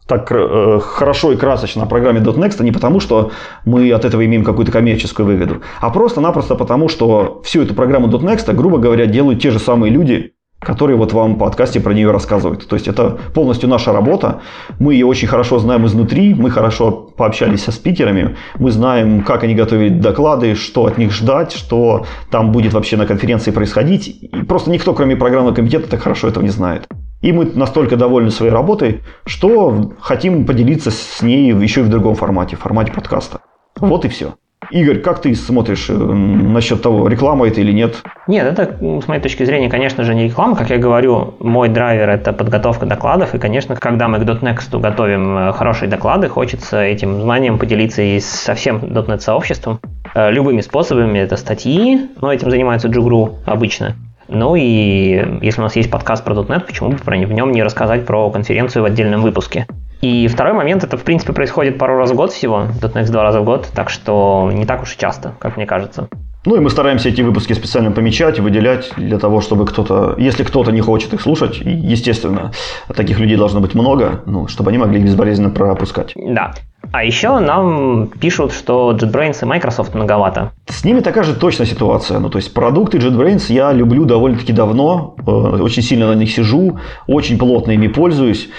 так э, хорошо и красочно о программе .next не потому, что мы от этого имеем какую-то коммерческую выгоду, а просто-напросто потому, что всю эту программу .next, грубо говоря, делают те же самые люди, которые вот вам в подкасте про нее рассказывают. То есть это полностью наша работа. Мы ее очень хорошо знаем изнутри, мы хорошо пообщались со спикерами, мы знаем, как они готовят доклады, что от них ждать, что там будет вообще на конференции происходить. И просто никто, кроме программного комитета, так хорошо этого не знает. И мы настолько довольны своей работой, что хотим поделиться с ней еще и в другом формате, в формате подкаста. Вот и все. Игорь, как ты смотришь насчет того, реклама это или нет? Нет, это, с моей точки зрения, конечно же, не реклама. Как я говорю, мой драйвер – это подготовка докладов. И, конечно, когда мы к .next готовим хорошие доклады, хочется этим знанием поделиться и со всем .NET-сообществом. Любыми способами. Это статьи, но этим занимается Джугру обычно. Ну и если у нас есть подкаст про .NET, почему бы в нем не рассказать про конференцию в отдельном выпуске? И второй момент, это в принципе происходит пару раз в год всего, .next два раза в год, так что не так уж и часто, как мне кажется. Ну и мы стараемся эти выпуски специально помечать и выделять для того, чтобы кто-то, если кто-то не хочет их слушать, естественно, таких людей должно быть много, ну, чтобы они могли их безболезненно пропускать. Да. А еще нам пишут, что JetBrains и Microsoft многовато. С ними такая же точно ситуация. Ну, то есть продукты JetBrains я люблю довольно-таки давно, очень сильно на них сижу, очень плотно ими пользуюсь,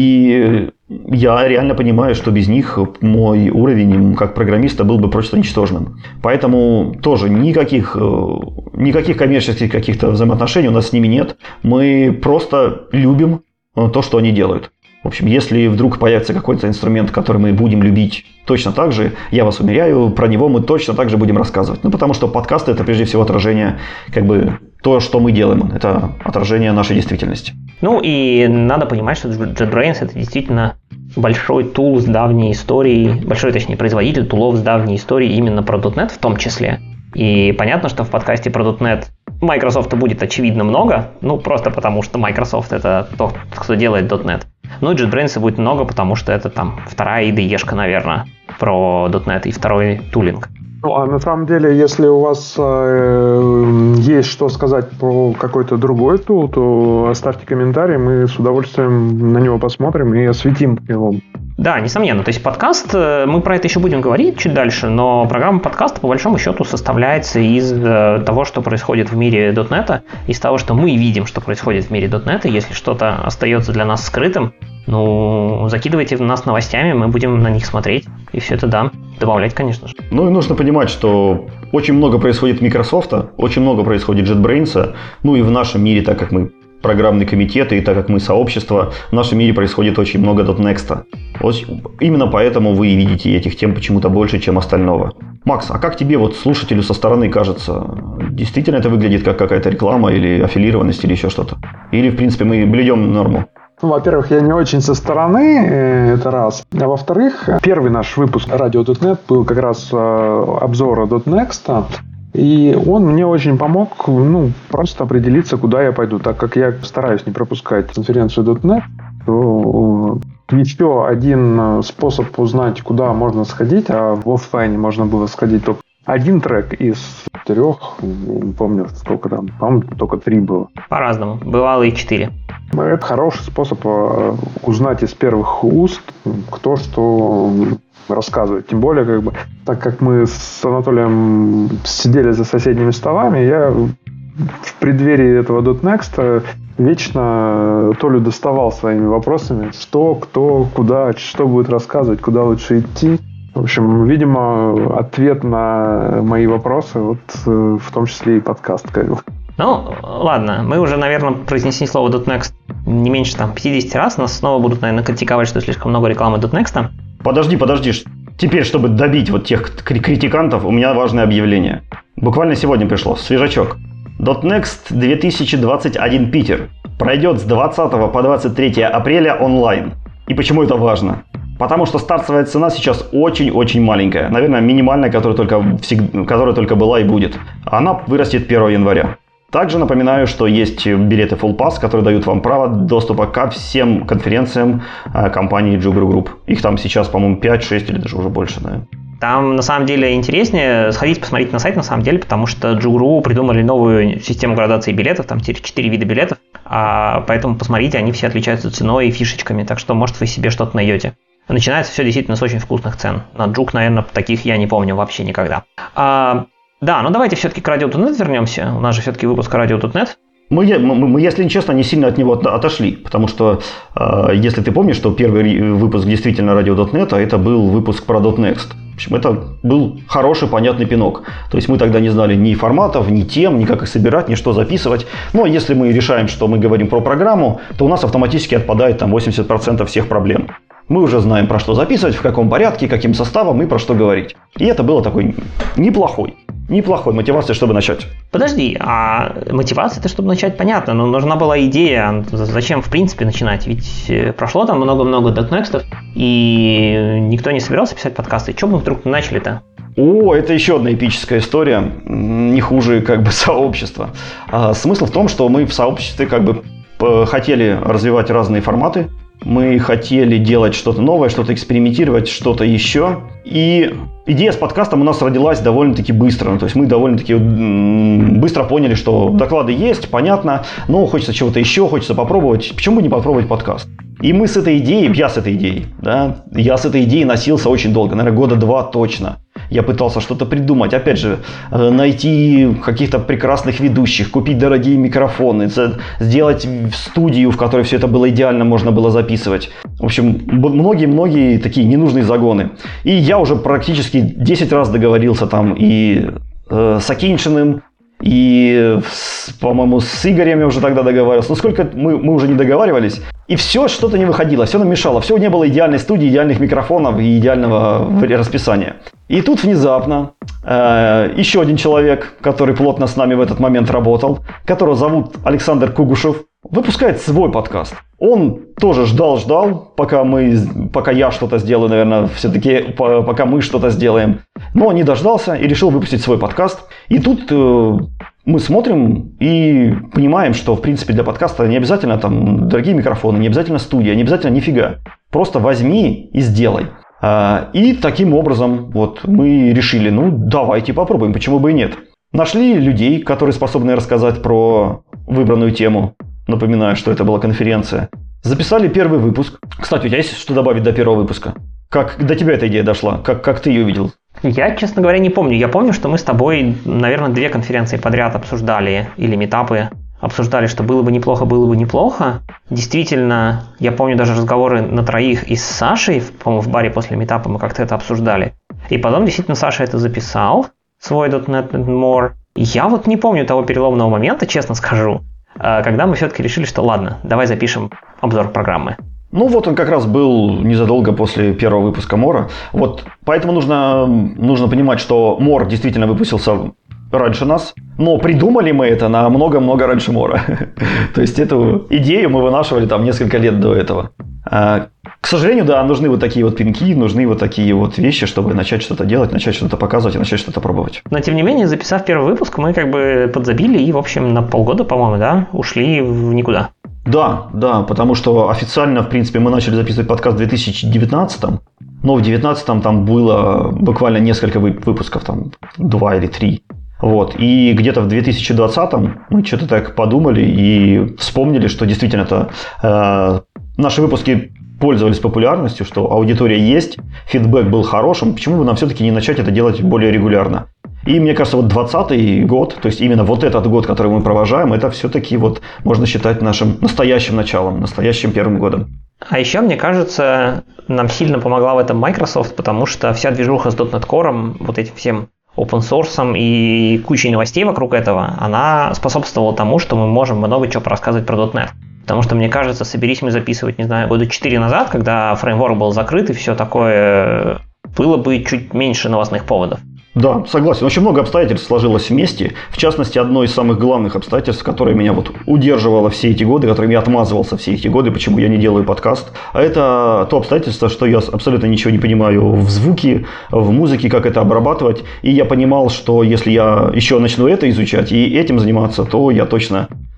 и я реально понимаю, что без них мой уровень как программиста был бы просто ничтожным. Поэтому тоже никаких, никаких коммерческих каких-то взаимоотношений у нас с ними нет. Мы просто любим то, что они делают. В общем, если вдруг появится какой-то инструмент, который мы будем любить точно так же, я вас уверяю, про него мы точно так же будем рассказывать. Ну, потому что подкасты – это прежде всего отражение, как бы, то, что мы делаем. Это отражение нашей действительности. Ну, и надо понимать, что JetBrains – это действительно большой тул с давней историей, большой, точнее, производитель тулов с давней историей именно про .NET в том числе. И понятно, что в подкасте про .NET Microsoft будет очевидно много, ну, просто потому что Microsoft – это тот, кто делает .NET. Ну, и JetBrains будет много, потому что это там вторая ай ди и-шка, наверное, про .NET и второй тулинг. Ну, а на самом деле, если у вас э, есть что сказать про какой-то другой тул, то оставьте комментарий, мы с удовольствием на него посмотрим и осветим его. Да, несомненно. То есть подкаст, мы про это еще будем говорить чуть дальше, но программа подкаста по большому счету составляется из того, что происходит в мире .NET, из того, что мы видим, что происходит в мире .NET, и если что-то остается для нас скрытым, ну, закидывайте нас новостями, мы будем на них смотреть, и все это, да, добавлять, конечно же. Ну и нужно понимать, что очень много происходит Microsoft, очень много происходит JetBrains, ну и в нашем мире, так как мы программный комитет, и так как мы сообщество, в нашем мире происходит очень много .next. Вот именно поэтому вы видите этих тем почему-то больше, чем остального. Макс, а как тебе, вот слушателю со стороны, кажется, действительно это выглядит как какая-то реклама или аффилированность или еще что-то? Или, в принципе, мы блюдем норму? Ну, во-первых, я не очень со стороны, это раз. А во-вторых, первый наш выпуск радио точка нет был как раз обзора .next. И он мне очень помог, ну, просто определиться, куда я пойду. Так как я стараюсь не пропускать конференцию .NET, то еще один способ узнать, куда можно сходить, а в офлайне можно было сходить только один трек из трех, не помню, сколько там, по-моему, только три было. По-разному, бывало и четыре. Это хороший способ узнать из первых уст, кто что рассказывать. Тем более, как бы, так как мы с Анатолием сидели за соседними столами, я в преддверии этого .next вечно Толю доставал своими вопросами, что, кто, куда, что будет рассказывать, куда лучше идти. В общем, видимо, ответ на мои вопросы, вот в том числе и подкаст. Как бы. Ну, ладно, мы уже, наверное, произнесли слово .next не меньше там пятьдесят раз, нас снова будут, наверное, критиковать, что слишком много рекламы .next. Подожди, подожди. Теперь, чтобы добить вот тех критикантов, у меня важное объявление. Буквально сегодня пришло, свежачок. .next две тысячи двадцать один Питер пройдет с двадцатого по двадцать третье апреля онлайн. И почему это важно? Потому что стартовая цена сейчас очень-очень маленькая. Наверное, минимальная, которая только, всегда, которая только была и будет. Она вырастет первого января. Также напоминаю, что есть билеты Full Pass, которые дают вам право доступа ко всем конференциям компании Джугру Group. Их там сейчас, по-моему, пять, шесть или даже уже больше. Да? Там на самом деле интереснее сходить посмотреть на сайт на самом деле, потому что джи ю точка ру придумали новую систему градации билетов, там четыре вида билетов, а поэтому посмотрите, они все отличаются ценой и фишечками, так что может вы себе что-то найдете. Начинается все действительно с очень вкусных цен. На Джук, наверное, таких я не помню вообще никогда. А, да, ну давайте все-таки к радио точка нет вернемся. У нас же все-таки выпуск радио точка нет. Мы, мы, мы, если честно, не сильно от него отошли, потому что, э, если ты помнишь, что первый выпуск действительно радио точка нет, а это был выпуск про .дот некст. В общем, это был хороший, понятный пинок. То есть мы тогда не знали ни форматов, ни тем, ни как их собирать, ни что записывать. Но если мы решаем, что мы говорим про программу, то у нас автоматически отпадает там восемьдесят процентов всех проблем. Мы уже знаем, про что записывать, в каком порядке, каким составом и про что говорить. И это было такой неплохой, неплохой мотивацией, чтобы начать. Подожди, а мотивация-то, чтобы начать, понятно, но нужна была идея, зачем в принципе начинать? Ведь прошло там много-много .дот некстов, и никто не собирался писать подкасты. Чего мы вдруг начали-то? О, это еще одна эпическая история, не хуже как бы сообщества. А, смысл в том, что мы в сообществе как бы хотели развивать разные форматы. Мы хотели делать что-то новое, что-то экспериментировать, что-то еще. И идея с подкастом у нас родилась довольно-таки быстро. То есть мы довольно-таки быстро поняли, что доклады есть, понятно, но хочется чего-то еще, хочется попробовать. Почему бы не попробовать подкаст? И мы с этой идеей, я с этой идеей, да, я с этой идеей носился очень долго, наверное, года два точно. Я пытался что-то придумать, опять же, найти каких-то прекрасных ведущих, купить дорогие микрофоны, сделать студию, в которой все это было идеально, можно было записывать. В общем, многие-многие такие ненужные загоны. И я уже практически десять раз договорился там и э, с Акиньшиным, и, по-моему, с Игорем я уже тогда договаривался. Но сколько мы, мы уже не договаривались. И все что-то не выходило, все нам мешало. Все не было идеальной студии, идеальных микрофонов и идеального расписания. И тут внезапно э, еще один человек, который плотно с нами в этот момент работал, которого зовут Александр Кугушев, выпускает свой подкаст. Он тоже ждал-ждал, пока мы, пока я что-то сделаю, наверное, все-таки пока мы что-то сделаем. Но не дождался и решил выпустить свой подкаст. И тут э, мы смотрим и понимаем, что, в принципе, для подкаста не обязательно там дорогие микрофоны, не обязательно студия, не обязательно нифига. Просто возьми и сделай. И таким образом вот мы решили, ну давайте попробуем, почему бы и нет. Нашли людей, которые способны рассказать про выбранную тему. Напоминаю, что это была конференция. Записали первый выпуск. Кстати, у тебя есть что добавить до первого выпуска? Как до тебя эта идея дошла? Как, как ты ее видел? Я, честно говоря, не помню. Я помню, что мы с тобой, наверное, две конференции подряд обсуждали, или митапы. Обсуждали, что было бы неплохо, было бы неплохо. Действительно, я помню даже разговоры на троих и с Сашей, по-моему, в баре после митапа мы как-то это обсуждали. И потом действительно Саша это записал, свой .дот нет More. Я вот не помню того переломного момента, честно скажу, когда мы все-таки решили, что ладно, давай запишем обзор программы. Ну вот он как раз был незадолго после первого выпуска Мора. Вот поэтому нужно, нужно понимать, что Мор действительно выпустился раньше нас, но придумали мы это намного-много раньше Мора. То есть эту идею мы вынашивали там несколько лет до этого. А, к сожалению, да, нужны вот такие вот пинки, нужны вот такие вот вещи, чтобы начать что-то делать, начать что-то показывать и начать что-то пробовать. Но тем не менее, записав первый выпуск, мы как бы подзабили и, в общем, на полгода, по-моему, да, ушли в никуда. Да, да, потому что официально, в принципе, мы начали записывать подкаст в две тысячи девятнадцатом, но в две тысячи девятнадцатом там было буквально несколько выпусков, там два или три. Вот. И где-то в две тысячи двадцатом мы что-то так подумали и вспомнили, что действительно-то э, наши выпуски пользовались популярностью, что аудитория есть, фидбэк был хорошим, почему бы нам все-таки не начать это делать более регулярно. И мне кажется, вот двадцатый год, то есть именно вот этот год, который мы провожаем, это все-таки вот можно считать нашим настоящим началом, настоящим первым годом. А еще, мне кажется, нам сильно помогла в этом Microsoft, потому что вся движуха с .дот нет Core, вот этим всем open source и кучей новостей вокруг этого, она способствовала тому, что мы можем много чего рассказывать про .дот нет. Потому что, мне кажется, соберись мы записывать, не знаю, года четыре назад, когда фреймворк был закрыт и все такое, было бы чуть меньше новостных поводов. Да, согласен. Очень много обстоятельств сложилось вместе. В частности, одно из самых главных обстоятельств, которое меня вот удерживало все эти годы, которым я отмазывался все эти годы, почему я не делаю подкаст, это то обстоятельство, что я абсолютно ничего не понимаю в звуке, в музыке, как это обрабатывать. И я понимал, что если я еще начну это изучать и этим заниматься, то я точно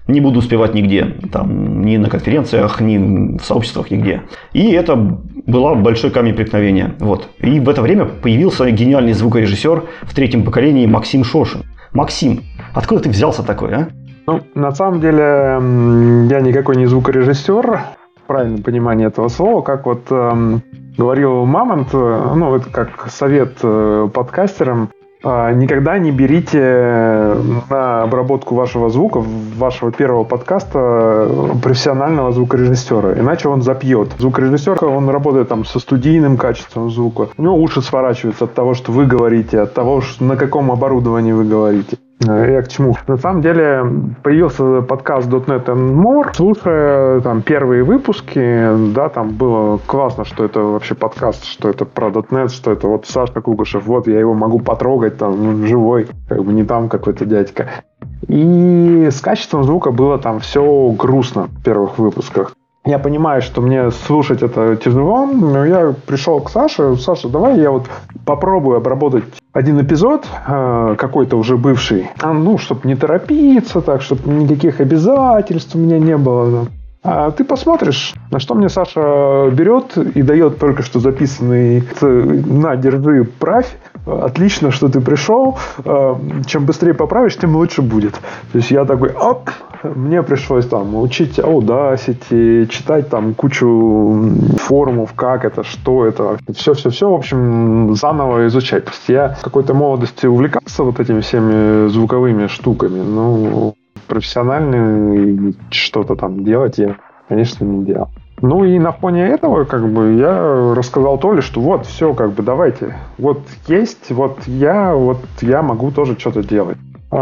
Не буду успевать нигде, там, ни на конференциях, ни в сообществах, нигде. И это был большой камень преткновения. Вот. И в это время появился гениальный звукорежиссер в третьем поколении Максим Шошин. Максим, откуда ты взялся такой, а? Ну, на самом деле, я никакой не звукорежиссер, в правильном понимании этого слова. Как вот эм, говорил Мамонт, ну, это как совет э, подкастерам, никогда не берите на обработку вашего звука, вашего первого подкаста, профессионального звукорежиссера, иначе он запьет. Звукорежиссер, он работает там со студийным качеством звука. У него уши сворачиваются от того, что вы говорите, от того, на каком оборудовании вы говорите. Я к чему? На самом деле появился подкаст .дот нет энд More. Слушая там первые выпуски, да, там было классно, что это вообще подкаст, что это про .дот нет, что это вот Саша Кугушев, вот я его могу потрогать, там, ну, живой, как бы не там какой-то дядька. И с качеством звука было там все грустно в первых выпусках. Я понимаю, что мне слушать это тяжело, но я пришел к Саше. Саша, давай я вот попробую обработать один эпизод, какой-то уже бывший, ну, чтобы не торопиться, так, чтобы никаких обязательств у меня не было. А ты посмотришь, на что мне Саша берет и дает только что записанный «На, держи, правь». Отлично, что ты пришел. Чем быстрее поправишь, тем лучше будет. То есть я такой, оп, мне пришлось там учить Audacity, читать там кучу форумов, как это, что это. Все-все-все, в общем, заново изучать. То есть я в какой-то молодости увлекался вот этими всеми звуковыми штуками. Ну, профессионально что-то там делать я, конечно, не делал. Ну и на фоне этого, как бы, я рассказал Толе, что вот, все, как бы, давайте, вот есть, вот я, вот я могу тоже что-то делать.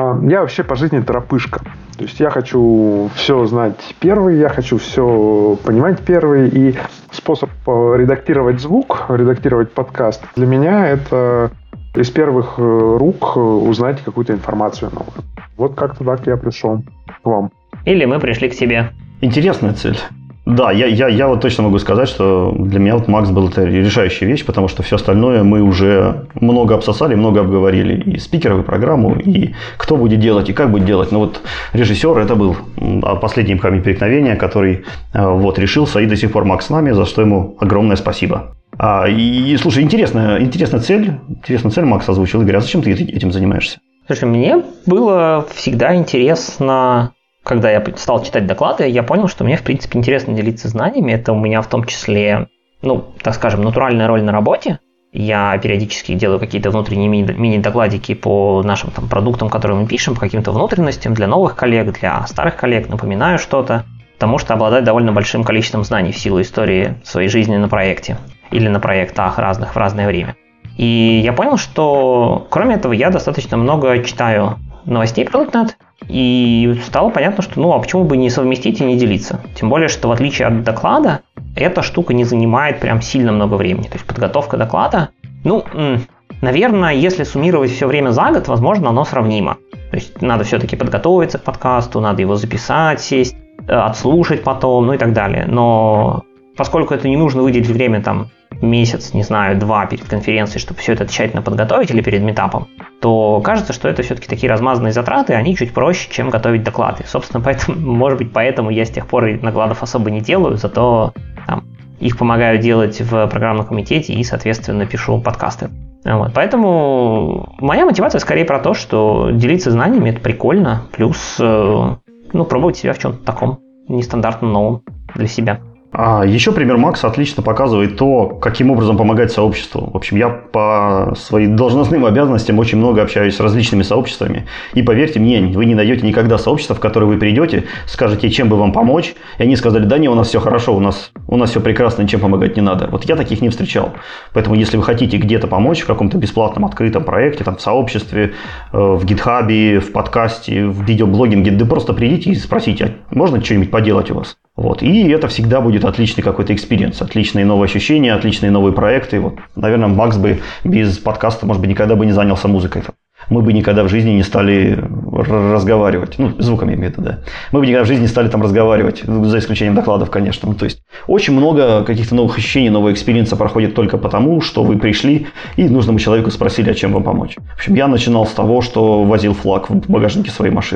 Я вообще по жизни торопышка. То есть я хочу все знать первый, я хочу все понимать первый. И способ редактировать звук, редактировать подкаст, для меня это из первых рук узнать какую-то информацию новую. Вот как-то так я пришел к вам. Или мы пришли к себе. Интересная цель. Да, я, я, я вот точно могу сказать, что для меня вот Макс был это решающая вещь, потому что все остальное мы уже много обсосали, много обговорили. И спикеров, и программу, и кто будет делать, и как будет делать. Но вот режиссер это был последний камень преткновения, который вот решился, и до сих пор Макс с нами, за что ему огромное спасибо. А, и, слушай, интересная, интересная цель, интересная цель Макс озвучил. Игорь, а зачем ты этим занимаешься? Слушай, мне было всегда интересно... Когда я стал читать доклады, я понял, что мне, в принципе, интересно делиться знаниями. Это у меня в том числе, ну, так скажем, натуральная роль на работе. Я периодически делаю какие-то внутренние мини-докладики по нашим там продуктам, которые мы пишем, по каким-то внутренностям для новых коллег, для старых коллег, напоминаю что-то, потому что обладаю довольно большим количеством знаний в силу истории своей жизни на проекте или на проектах разных в разное время. И я понял, что, кроме этого, я достаточно много читаю новостей про .дот нет, и стало понятно, что ну а почему бы не совместить и не делиться. Тем более, что в отличие от доклада, эта штука не занимает прям сильно много времени. То есть подготовка доклада, ну, наверное, если суммировать все время за год, возможно, оно сравнимо. То есть надо все-таки подготовиться к подкасту, надо его записать, сесть, отслушать потом, ну и так далее. Но поскольку это не нужно выделить время там месяц, не знаю, два перед конференцией, чтобы все это тщательно подготовить или перед митапом, то кажется, что это все-таки такие размазанные затраты, они чуть проще, чем готовить доклады. Собственно, поэтому, может быть, поэтому я с тех пор и докладов особо не делаю, зато там, их помогаю делать в программном комитете и, соответственно, пишу подкасты. Вот. Поэтому моя мотивация скорее про то, что делиться знаниями – это прикольно, плюс ну, пробовать себя в чем-то таком нестандартном, новом для себя. А еще пример Макса отлично показывает то, каким образом помогать сообществу. В общем, я по своим должностным обязанностям очень много общаюсь с различными сообществами. И поверьте мне, вы не найдете никогда сообщества, в которое вы придете, скажете, чем бы вам помочь. И они сказали, да не, у нас все хорошо, у нас, у нас все прекрасно, ничем помогать не надо. Вот я таких не встречал. Поэтому, если вы хотите где-то помочь в каком-то бесплатном открытом проекте, там, в сообществе, в гитхабе, в подкасте, в видеоблогинге, да просто придите и спросите, а можно что-нибудь поделать у вас? Вот. И это всегда будет отличный какой-то экспириенс, отличные новые ощущения, отличные новые проекты. Вот. Наверное, Макс бы без подкаста, может быть, никогда бы не занялся музыкой. Мы бы никогда в жизни не стали разговаривать. Ну, звуками я имею в виду, да. Мы бы никогда в жизни не стали там разговаривать, за исключением докладов, конечно. Ну, то есть, очень много каких-то новых ощущений, нового экспириенса проходит только потому, что вы пришли и нужному человеку спросили, а чем вам помочь. В общем, я начинал с того, что возил флаг в багажнике своей машины.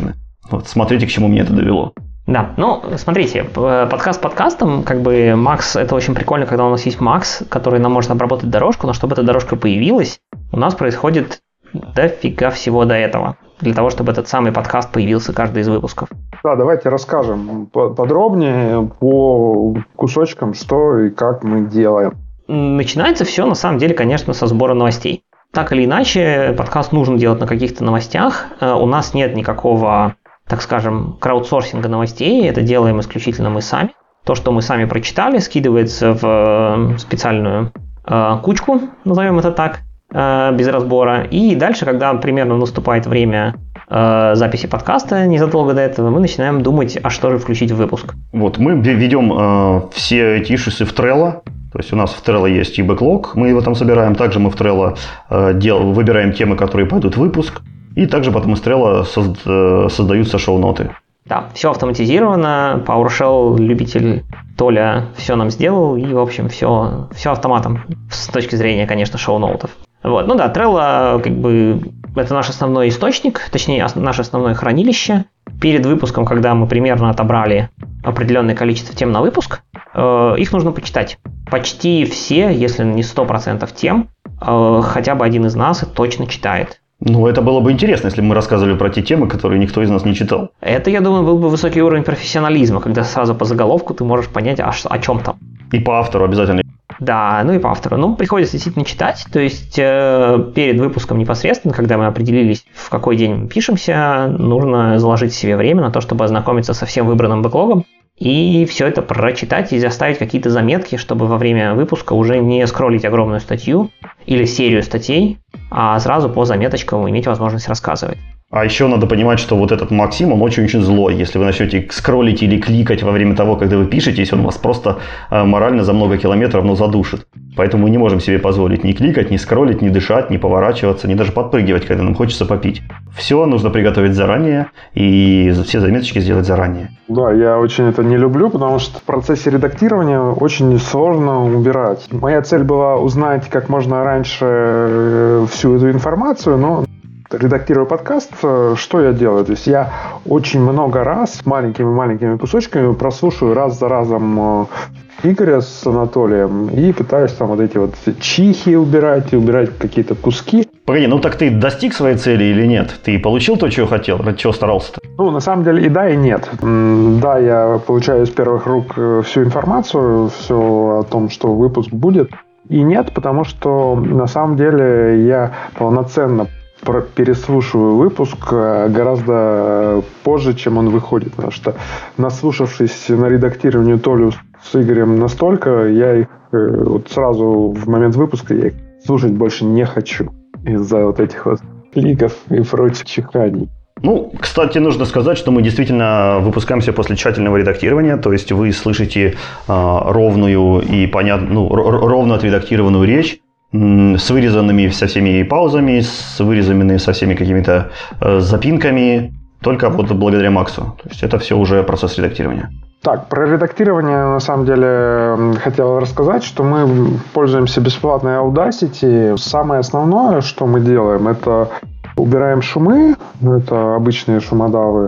Вот, смотрите, к чему меня это довело. Да, ну, смотрите, подкаст подкастом, как бы Макс, это очень прикольно, когда у нас есть Макс, который нам может обработать дорожку, но чтобы эта дорожка появилась, у нас происходит дофига всего до этого, для того, чтобы этот самый подкаст появился каждый из выпусков. Да, давайте расскажем подробнее по кусочкам, что и как мы делаем. Начинается все, на самом деле, конечно, со сбора новостей. Так или иначе, подкаст нужно делать на каких-то новостях. У нас нет никакого, так скажем, краудсорсинга новостей. Это делаем исключительно мы сами. То, что мы сами прочитали, скидывается в специальную кучку, назовем это так, без разбора. И дальше, когда примерно наступает время записи подкаста, незадолго до этого, мы начинаем думать, а что же включить в выпуск. Вот, мы ведем э, все эти ишисы в Trello. То есть у нас в Trello есть и бэклог, мы его там собираем. Также мы в Trello э, дел, выбираем темы, которые пойдут в выпуск. И также потом из Trello созд, э, создаются шоу-ноты. Да, все автоматизировано. PowerShell любитель Толя все нам сделал. И, в общем, все, все автоматом. С точки зрения, конечно, шоу-ноутов. Вот. Ну да, Trello как бы это наш основной источник, точнее, наше основное хранилище. Перед выпуском, когда мы примерно отобрали определенное количество тем на выпуск, э, их нужно почитать. Почти все, если не сто процентов тем, э, хотя бы один из нас их точно читает. Ну, это было бы интересно, если бы мы рассказывали про те темы, которые никто из нас не читал. Это, я думаю, был бы высокий уровень профессионализма, когда сразу по заголовку ты можешь понять, а, о чем там. И по автору обязательно. Да, ну и по автору. Ну, приходится действительно читать. То есть э, перед выпуском непосредственно, когда мы определились, в какой день мы пишемся, нужно заложить себе время на то, чтобы ознакомиться со всем выбранным бэклогом и все это прочитать и оставить какие-то заметки, чтобы во время выпуска уже не скроллить огромную статью или серию статей, а сразу по заметочкам иметь возможность рассказывать. А еще надо понимать, что вот этот Максим, он очень-очень злой. Если вы начнете скроллить или кликать во время того, когда вы пишетесь, он вас просто морально за много километров, ну, задушит. Поэтому мы не можем себе позволить ни кликать, ни скроллить, ни дышать, ни поворачиваться, ни даже подпрыгивать, когда нам хочется попить. Все нужно приготовить заранее и все заметочки сделать заранее. Да, я очень это не люблю, потому что в процессе редактирования очень сложно убирать. Моя цель была узнать как можно раньше всю эту информацию, но редактируя подкаст, что я делаю? То есть я очень много раз маленькими-маленькими кусочками прослушиваю раз за разом Игоря с Анатолием и пытаюсь там вот эти вот чихи убирать и убирать какие-то куски. Погоди, ну так ты достиг своей цели или нет? Ты получил то, чего хотел? Ради чего старался-то? Ну, на самом деле и да, и нет. Да, я получаю из первых рук всю информацию, все о том, что выпуск будет. И нет, потому что на самом деле я полноценно переслушиваю выпуск гораздо позже, чем он выходит, потому что, наслушавшись на редактировании Толю с Игорем настолько, я их вот сразу в момент выпуска я их слушать больше не хочу из-за вот этих вот кликов и прочих чиханий. Ну, кстати, нужно сказать, что мы действительно выпускаемся после тщательного редактирования, то есть вы слышите э, ровную и понятную, ну, р- ровно отредактированную речь, с вырезанными со всеми паузами, с вырезанными со всеми какими-то э, запинками, только вот благодаря Максу. То есть это все уже процесс редактирования. Так, про редактирование на самом деле хотел рассказать, что мы пользуемся бесплатной Audacity. Самое основное, что мы делаем, это убираем шумы, это обычные шумодавы,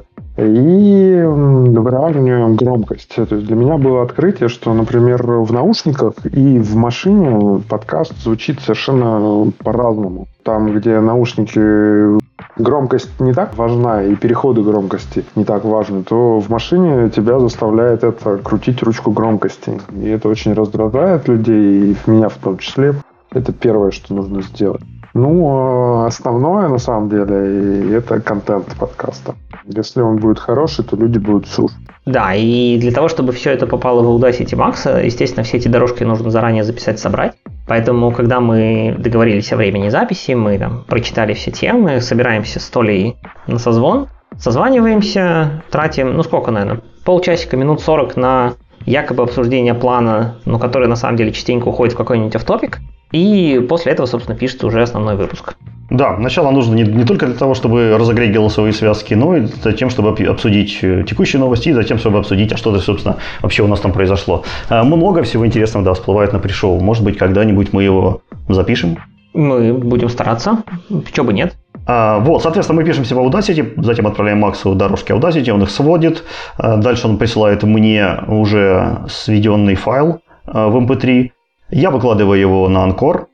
и выравниваем громкость. То есть для меня было открытие, что, например, в наушниках и в машине подкаст звучит совершенно по-разному. Там, где наушники громкость не так важна и переходы громкости не так важны, то в машине тебя заставляет это крутить ручку громкости. И это очень раздражает людей, и меня в том числе. Это первое, что нужно сделать. Ну, основное, на самом деле, это контент подкаста. Если он будет хороший, то люди будут слушать. Да, и для того, чтобы все это попало в Audacity Max, естественно, все эти дорожки нужно заранее записать, собрать. Поэтому, когда мы договорились о времени записи, мы там прочитали все темы, собираемся с Толей на созвон, созваниваемся, тратим, ну сколько, наверное, полчасика, минут сорок на якобы обсуждение плана, но который на самом деле частенько уходит в какой-нибудь офф-топик. И после этого, собственно, пишется уже основной выпуск. Да, начало нужно не, не только для того, чтобы разогреть голосовые связки, но и за тем, чтобы обсудить текущие новости, и затем, чтобы обсудить, а что-то, собственно, вообще у нас там произошло. Много всего интересного, да, всплывает на пришоу. Может быть, когда-нибудь мы его запишем? Мы будем стараться, чего бы нет. А, вот, соответственно, мы пишемся в Audacity, затем отправляем Максу дорожки Audacity, он их сводит. А, дальше он присылает мне уже сведенный файл а, в эм пэ три. Я выкладываю его на Anchor.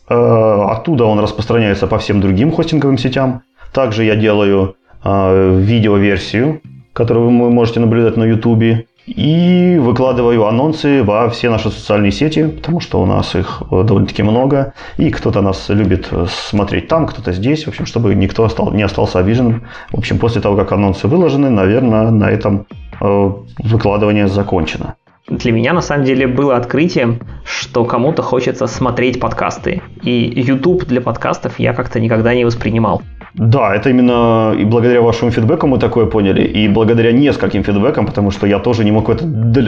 А, оттуда он распространяется по всем другим хостинговым сетям. Также я делаю а, видеоверсию, которую вы можете наблюдать на YouTube. И выкладываю анонсы во все наши социальные сети, потому что у нас их довольно-таки много. И кто-то нас любит смотреть там, кто-то здесь. В общем, чтобы никто не остался обиженным. В общем, после того, как анонсы выложены, наверное, на этом выкладывание закончено. Для меня, на самом деле, было открытием, что кому-то хочется смотреть подкасты. И YouTube для подкастов я как-то никогда не воспринимал. Да, это именно и благодаря вашему фидбэку мы такое поняли, и благодаря нескольким фидбэкам, потому что я тоже не мог в это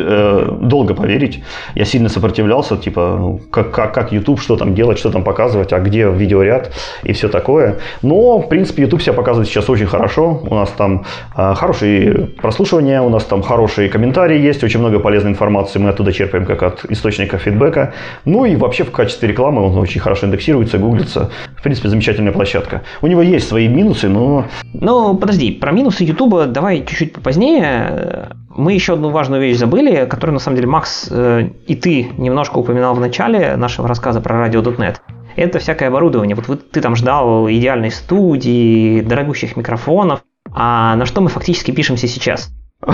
долго поверить. Я сильно сопротивлялся, типа, ну, как, как, как YouTube, что там делать, что там показывать, а где видеоряд и все такое. Но, в принципе, YouTube себя показывает сейчас очень хорошо. У нас там э, хорошие прослушивания, у нас там хорошие комментарии есть, очень много полезной информации мы оттуда черпаем как от источника фидбэка. Ну и вообще в качестве рекламы он очень хорошо индексируется, гуглится. В принципе, замечательная площадка. У него есть свои минусы, но... Ну, подожди, про минусы Ютуба давай чуть-чуть попозднее. Мы еще одну важную вещь забыли, которую, на самом деле, Макс э, и ты немножко упоминал в начале нашего рассказа про радио точка нет. Это всякое оборудование. Вот, вот ты там ждал идеальной студии, дорогущих микрофонов. А на что мы фактически пишемся сейчас?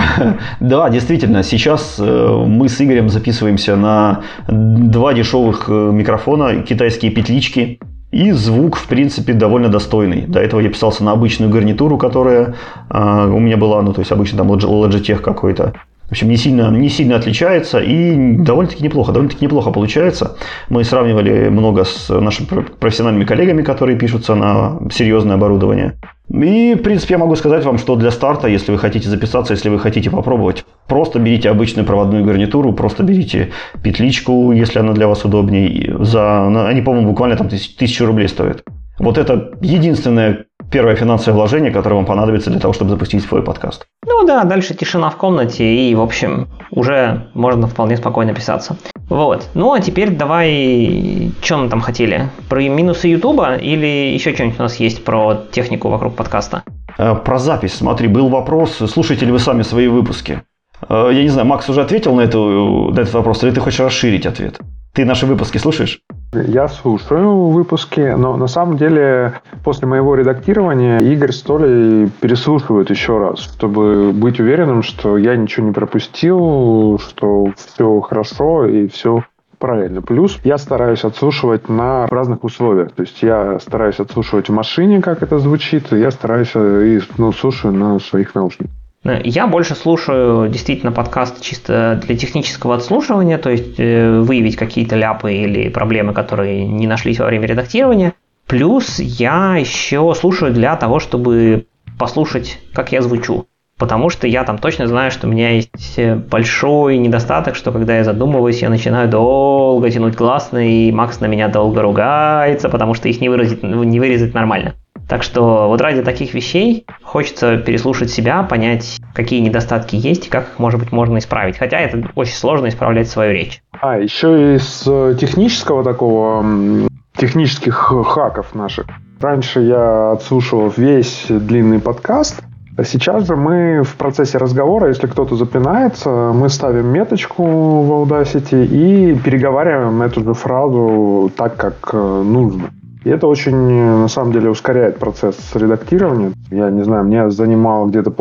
Да, действительно, сейчас мы с Игорем записываемся на два дешевых микрофона, китайские петлички. И звук, в принципе, довольно достойный. До этого я писался на обычную гарнитуру, которая э, у меня была, ну, то есть обычный там Logitech какой-то. В общем, не сильно, не сильно отличается и довольно-таки неплохо, довольно-таки неплохо получается. Мы сравнивали много с нашими профессиональными коллегами, которые пишутся на серьезное оборудование. И, в принципе, я могу сказать вам, что для старта, если вы хотите записаться, если вы хотите попробовать, просто берите обычную проводную гарнитуру, просто берите петличку, если она для вас удобнее. За, они, по-моему, буквально там тысячу рублей стоят. Вот это единственное первое финансовое вложение, которое вам понадобится для того, чтобы запустить свой подкаст. Ну да, дальше тишина в комнате, и, в общем, уже можно вполне спокойно писаться. Вот. Ну, а теперь давай, что мы там хотели? Про минусы Ютуба или еще что-нибудь у нас есть про технику вокруг подкаста? Про запись. Смотри, был вопрос, слушаете ли вы сами свои выпуски? Я не знаю, Макс уже ответил на, эту, на этот вопрос, или ты хочешь расширить ответ? Ты наши выпуски слушаешь? Я слушаю выпуски, но на самом деле после моего редактирования Игорь с Толей переслушивают еще раз, чтобы быть уверенным, что я ничего не пропустил, что все хорошо и все правильно. Плюс я стараюсь отслушивать на разных условиях. То есть я стараюсь отслушивать в машине, как это звучит, и я стараюсь и ну, слушаю на своих наушниках. Я больше слушаю действительно подкаст чисто для технического отслушивания, то есть э, выявить какие-то ляпы или проблемы, которые не нашлись во время редактирования. Плюс я еще слушаю для того, чтобы послушать, как я звучу. Потому что я там точно знаю, что у меня есть большой недостаток, что когда я задумываюсь, я начинаю долго тянуть гласные, и Макс на меня долго ругается, потому что их не выразить, не вырезать нормально. Так что вот ради таких вещей хочется переслушать себя, понять, какие недостатки есть и как их, может быть, можно исправить. Хотя это очень сложно исправлять свою речь. А, еще из технического такого, технических хаков наших. Раньше я отслушивал весь длинный подкаст. Сейчас же мы в процессе разговора, если кто-то запинается, мы ставим меточку в Audacity и переговариваем эту же фразу так, как нужно. И это очень, на самом деле, ускоряет процесс редактирования. Я не знаю, мне занимало где-то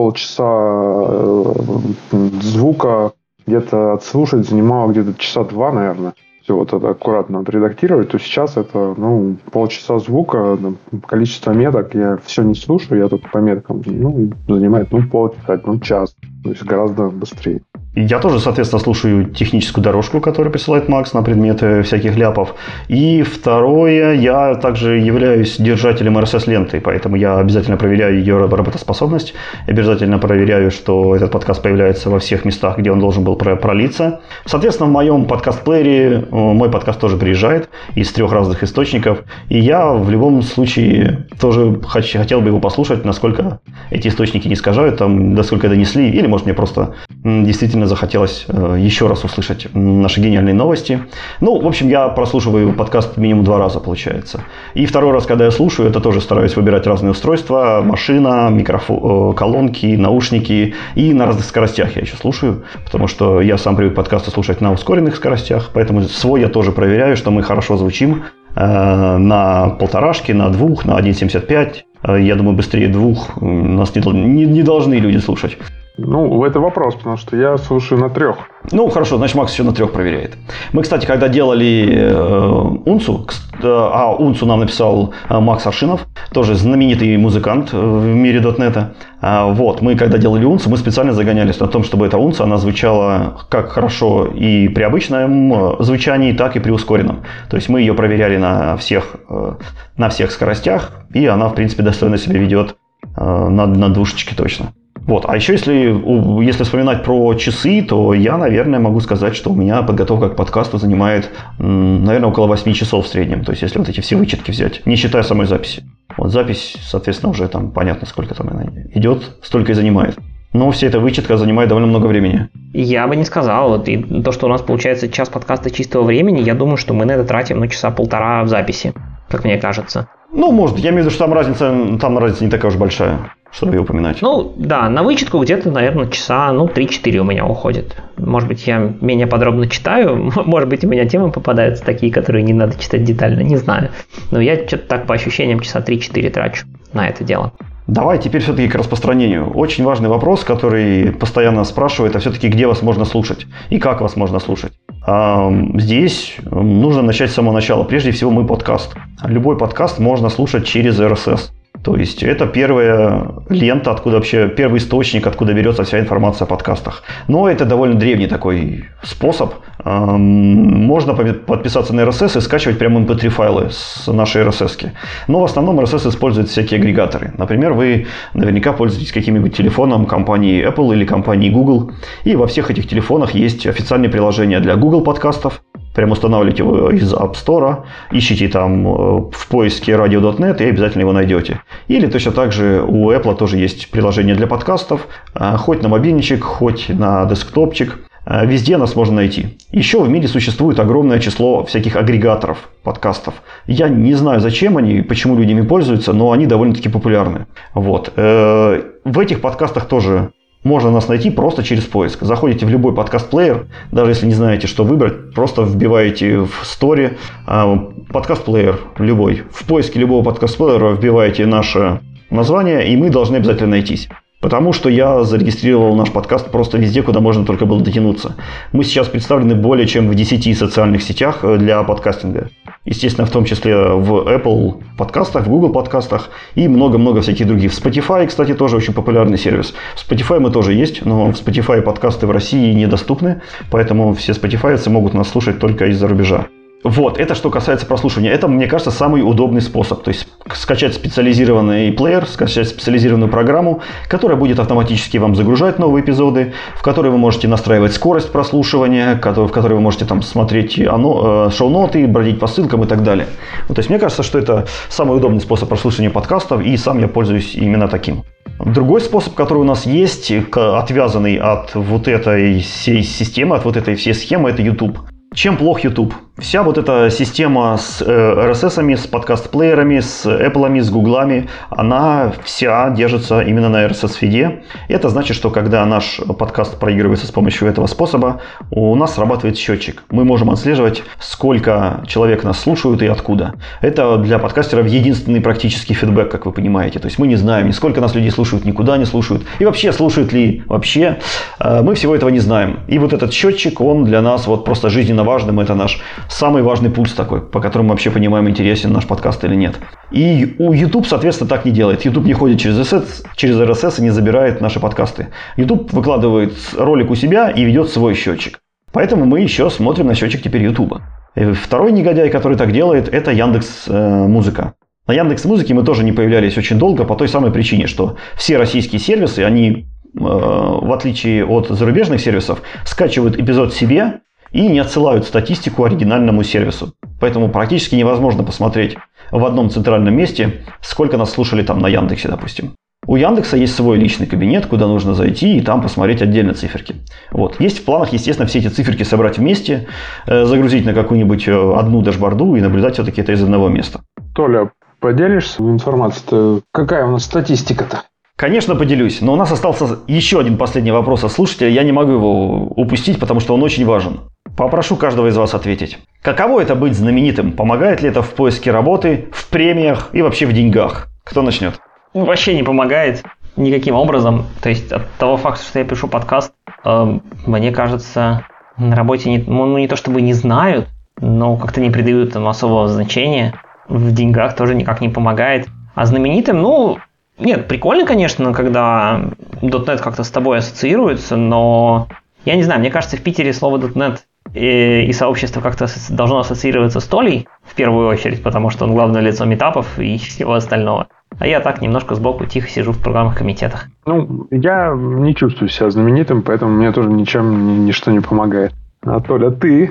полчаса звука, где-то отслушать занимало где-то часа два, наверное. Все вот это аккуратно отредактировать, то сейчас это, ну, полчаса звука, количество меток, я все не слушаю, я только по меткам, ну, занимает, ну, полчаса, ну, час, то есть гораздо быстрее. Я тоже, соответственно, слушаю техническую дорожку, которую присылает Макс на предметы всяких ляпов. И второе, я также являюсь держателем эр эс эс-ленты, поэтому я обязательно проверяю ее работоспособность, обязательно проверяю, что этот подкаст появляется во всех местах, где он должен был пролиться. Соответственно, в моем подкаст-плеере мой подкаст тоже приезжает из трех разных источников, и я в любом случае тоже хотел бы его послушать, насколько эти источники не искажают, там, насколько донесли, или, может, мне просто действительно захотелось еще раз услышать наши гениальные новости. Ну, в общем, я прослушиваю подкаст минимум два раза, получается. И второй раз, когда я слушаю, это тоже стараюсь выбирать разные устройства. Машина, микрофон, колонки, наушники. И на разных скоростях я еще слушаю, потому что я сам привык подкасты слушать на ускоренных скоростях. Поэтому свой я тоже проверяю, что мы хорошо звучим на полторашке, на двух, на один семьдесят пять. Я думаю, быстрее двух нас не, не, не должны люди слушать. Ну, это вопрос, потому что я слушаю на трех. Ну, хорошо, значит, Макс еще на трех проверяет. Мы, кстати, когда делали э, Унцу, а Унцу нам написал Макс Аршинов, тоже знаменитый музыкант в мире дотнета. Вот, мы когда делали Унцу, мы специально загонялись на том, чтобы эта Унца, она звучала как хорошо и при обычном звучании, так и при ускоренном. То есть мы ее проверяли на всех, на всех скоростях, и она, в принципе, достойно себя ведет на, на двушечке точно. Вот. А еще, если, если вспоминать про часы, то я, наверное, могу сказать, что у меня подготовка к подкасту занимает, наверное, около восемь часов в среднем. То есть, если вот эти все вычетки взять, не считая самой записи. Вот запись, соответственно, уже там понятно, сколько там она идет, столько и занимает. Но вся эта вычетка занимает довольно много времени. Я бы не сказал. Вот, и то, что у нас получается час подкаста чистого времени, я думаю, что мы на это тратим, ну, часа полтора в записи, как мне кажется. Ну, может, я имею в виду, что там разница, там разница не такая уж большая, чтобы ее упоминать. Ну, да, на вычетку где-то, наверное, часа, ну, три-четыре у меня уходит. Может быть, я менее подробно читаю, может быть, у меня темы попадаются такие, которые не надо читать детально, не знаю. Но я что-то так по ощущениям часа три-четыре трачу на это дело. Давай теперь все-таки к распространению. Очень важный вопрос, который постоянно спрашивают, а все-таки где вас можно слушать и как вас можно слушать. Здесь нужно начать с самого начала. Прежде всего, мы подкаст. Любой подкаст можно слушать через эр эс эс. То есть это первая лента, откуда вообще первый источник, откуда берется вся информация о подкастах. Но это довольно древний такой способ. Можно подписаться на эр эс эс и скачивать прямо эм пэ три файлы с нашей эр эс эс-ки. Но в основном эр эс эс использует всякие агрегаторы. Например, вы наверняка пользуетесь каким-нибудь телефоном компании Apple или компании Google. И во всех этих телефонах есть официальные приложения для Google подкастов. Прям устанавливаете его из App Store, ищите там в поиске радио точка нет и обязательно его найдете. Или точно так же у Apple тоже есть приложение для подкастов, хоть на мобильничек, хоть на десктопчик. Везде нас можно найти. Еще в мире существует огромное число всяких агрегаторов подкастов. Я не знаю, зачем они, почему люди ими пользуются, но они довольно-таки популярны. Вот. В этих подкастах тоже можно нас найти просто через поиск. Заходите в любой подкаст-плеер, даже если не знаете, что выбрать, просто вбиваете в сторе подкаст-плеер любой. В поиске любого подкаст-плеера вбиваете наше название, и мы должны обязательно найтись. Потому что я зарегистрировал наш подкаст просто везде, куда можно только было дотянуться. Мы сейчас представлены более чем в десяти социальных сетях для подкастинга. Естественно, в том числе в Apple подкастах, в Google подкастах и много-много всяких других. В Spotify, кстати, тоже очень популярный сервис. В Spotify мы тоже есть, но в Spotify подкасты в России недоступны, поэтому все спотифайцы могут нас слушать только из-за рубежа. Вот, это что касается прослушивания. Это, мне кажется, самый удобный способ. То есть скачать специализированный плеер, скачать специализированную программу, которая будет автоматически вам загружать новые эпизоды, в которой вы можете настраивать скорость прослушивания, в которой вы можете там смотреть шоу-ноты, бродить по ссылкам и так далее. Вот, то есть мне кажется, что это самый удобный способ прослушивания подкастов, и сам я пользуюсь именно таким. Другой способ, который у нас есть, отвязанный от вот этой всей системы, от вот этой всей схемы, это YouTube. Чем плох YouTube? Вся вот эта система с эр эс эс-ами, с подкаст-плеерами, с Apple'ами, с Гуглами, она вся держится именно на эр эс эс-фиде. Это значит, что когда наш подкаст проигрывается с помощью этого способа, у нас срабатывает счетчик. Мы можем отслеживать, сколько человек нас слушают и откуда. Это для подкастеров единственный практический фидбэк, как вы понимаете. То есть мы не знаем, ни сколько нас людей слушают, никуда не слушают. И вообще, слушают ли вообще. Мы всего этого не знаем. И вот этот счетчик, он для нас вот просто жизненно важным. Это наш самый важный пульс такой, по которому мы вообще понимаем, интересен наш подкаст или нет. И у YouTube, соответственно, так не делает. YouTube не ходит через эр эс эс, через эр эс эс и не забирает наши подкасты. YouTube выкладывает ролик у себя и ведет свой счетчик. Поэтому мы еще смотрим на счетчик теперь YouTube. И второй негодяй, который так делает, это Яндекс.Музыка. На Яндекс.Музыке мы тоже не появлялись очень долго по той самой причине, что все российские сервисы, они, в отличие от зарубежных сервисов, скачивают эпизод себе и не отсылают статистику оригинальному сервису. Поэтому практически невозможно посмотреть в одном центральном месте, сколько нас слушали там на Яндексе, допустим. У Яндекса есть свой личный кабинет, куда нужно зайти и там посмотреть отдельно циферки. Вот. Есть в планах, естественно, все эти циферки собрать вместе, загрузить на какую-нибудь одну дашборду и наблюдать все-таки это из одного места. Толя, поделишься информацией-то? Какая у нас статистика-то? Конечно, поделюсь, но у нас остался еще один последний вопрос от слушателя. Я не могу его упустить, потому что он очень важен. Попрошу каждого из вас ответить. Каково это быть знаменитым? Помогает ли это в поиске работы, в премиях и вообще в деньгах? Кто начнет? Ну, вообще не помогает никаким образом. То есть от того факта, что я пишу подкаст, э, мне кажется, на работе не, ну, не то чтобы не знают, но как-то не придают им особого значения. В деньгах тоже никак не помогает. А знаменитым, ну, нет, прикольно, конечно, когда .дот нет как-то с тобой ассоциируется, но я не знаю, мне кажется, в Питере слово .дот нет и, и сообщество как-то должно ассоциироваться с Толей в первую очередь, потому что он главное лицо митапов и всего остального. А я так немножко сбоку тихо сижу в программных комитетах. Ну, я не чувствую себя знаменитым, поэтому мне тоже ничем ничто не помогает. А Толя, ты?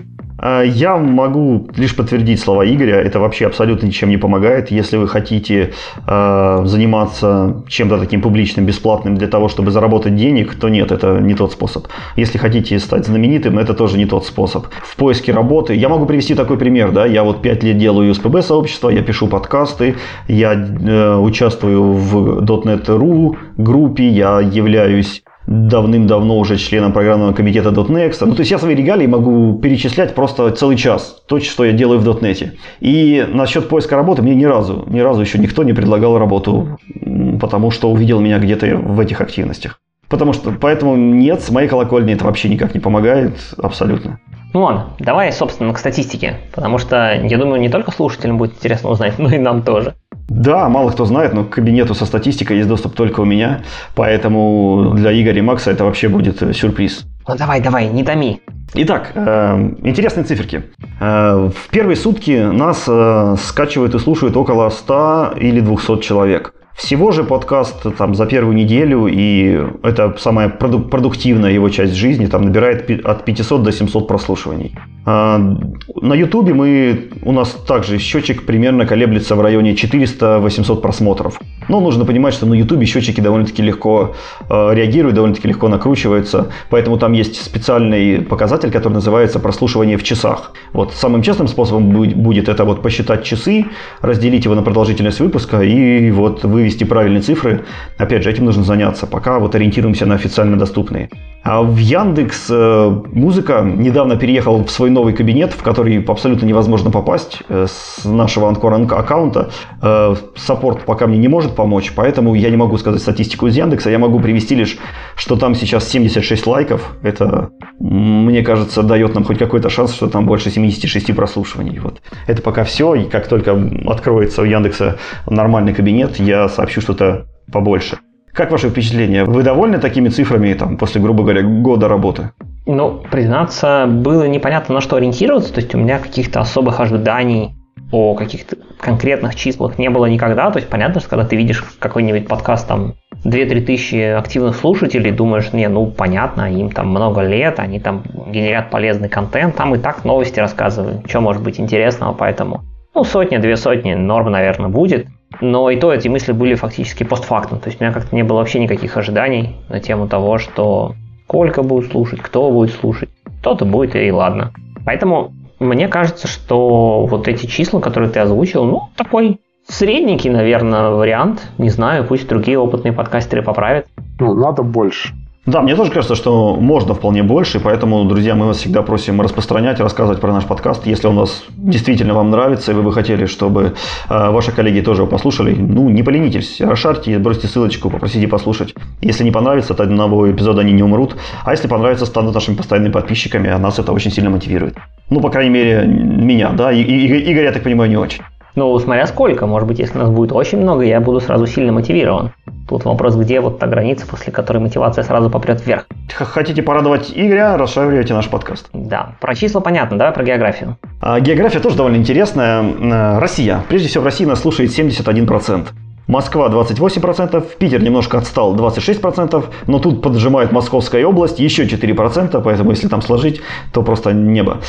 Я могу лишь подтвердить слова Игоря. Это вообще абсолютно ничем не помогает. Если вы хотите э, заниматься чем-то таким публичным, бесплатным для того, чтобы заработать денег, то нет, это не тот способ. Если хотите стать знаменитым, это тоже не тот способ. В поиске работы... Я могу привести такой пример. Да? Я вот пять лет делаю ю эс пи би-сообщество, я пишу подкасты, я э, участвую в .дот нет точка ру группе, я являюсь давным-давно уже членом программного комитета .дот некст. Ну, то есть я свои регалии могу перечислять просто целый час. То, что я делаю в .дот нет. И насчет поиска работы мне ни разу, ни разу еще никто не предлагал работу, потому что увидел меня где-то в этих активностях. Потому что, поэтому нет, с моей колокольни это вообще никак не помогает, абсолютно. Ну ладно, давай, собственно, к статистике, потому что, я думаю, не только слушателям будет интересно узнать, но и нам тоже. Да, мало кто знает, но к кабинету со статистикой есть доступ только у меня, поэтому для Игоря и Макса это вообще будет сюрприз. Ну давай, давай, не томи. Итак, э, интересные циферки. Э, в первые сутки нас э, скачивают и слушают около ста или двухсот человек. Всего же подкаст там, за первую неделю, и это самая проду- продуктивная его часть жизни, там набирает пи- от пятисот до семисот прослушиваний. А, на Ютубе мы, у нас также счетчик примерно колеблется в районе четыреста-восемьсот просмотров. Но нужно понимать, что на Ютубе счетчики довольно-таки легко э, реагируют, довольно-таки легко накручиваются, поэтому там есть специальный показатель, который называется прослушивание в часах. Вот самым честным способом будет это вот посчитать часы, разделить его на продолжительность выпуска и вот вывести правильные цифры. Опять же, этим нужно заняться, пока вот ориентируемся на официально доступные. А в Яндекс э, Музыка недавно переехал в свой новый кабинет, в который абсолютно невозможно попасть э, с нашего Анкор аккаунта. Э, саппорт пока мне не может помочь, поэтому я не могу сказать статистику из Яндекса. Я могу привести лишь, что там сейчас семьдесят шесть лайков. Это, мне кажется, дает нам хоть какой-то шанс, что там больше семьдесят шесть прослушиваний. Вот. Это пока все. И как только откроется у Яндекса нормальный кабинет, я сообщу что-то побольше. Как ваши впечатления? Вы довольны такими цифрами там, после, грубо говоря, года работы? Ну, признаться, было непонятно, на что ориентироваться. То есть у меня каких-то особых ожиданий о каких-то конкретных числах не было никогда. То есть понятно, что когда ты видишь какой-нибудь подкаст, там две-три тысячи активных слушателей, думаешь, не, ну понятно, им там много лет, они там генерят полезный контент, там и так новости рассказывают, что может быть интересного, поэтому, ну, сотня-две сотни норм, наверное, будет. Но и то эти мысли были фактически постфактум. То есть у меня как-то не было вообще никаких ожиданий на тему того, что сколько будет слушать, кто будет слушать. Кто-то будет, и ладно. Поэтому мне кажется, что вот эти числа, которые ты озвучил, ну, такой средненький, наверное, вариант. Не знаю, пусть другие опытные подкастеры поправят. Ну, надо больше. Да, мне тоже кажется, что можно вполне больше, поэтому, друзья, мы вас всегда просим распространять, рассказывать про наш подкаст. Если он вас действительно вам нравится, и вы бы хотели, чтобы э, ваши коллеги тоже его послушали, ну, не поленитесь, расшарьте, бросьте ссылочку, попросите послушать. Если не понравится, то одного эпизода они не умрут, а если понравится, станут нашими постоянными подписчиками, а нас это очень сильно мотивирует. Ну, по крайней мере, меня, да, и, и, Игорь, я так понимаю, не очень. Ну, смотря сколько, может быть, если нас будет очень много, я буду сразу сильно мотивирован. Тут вопрос, где вот та граница, после которой мотивация сразу попрет вверх. Хотите порадовать Игоря, расшаривайте наш подкаст. Да, про числа понятно, давай про географию. А, география тоже довольно интересная. Россия. Прежде всего, в России нас слушает семьдесят один процент. Москва двадцать восемь процентов, Питер немножко отстал двадцать шесть процентов, но тут поджимает Московская область еще четыре процента, поэтому если там сложить, то просто небо.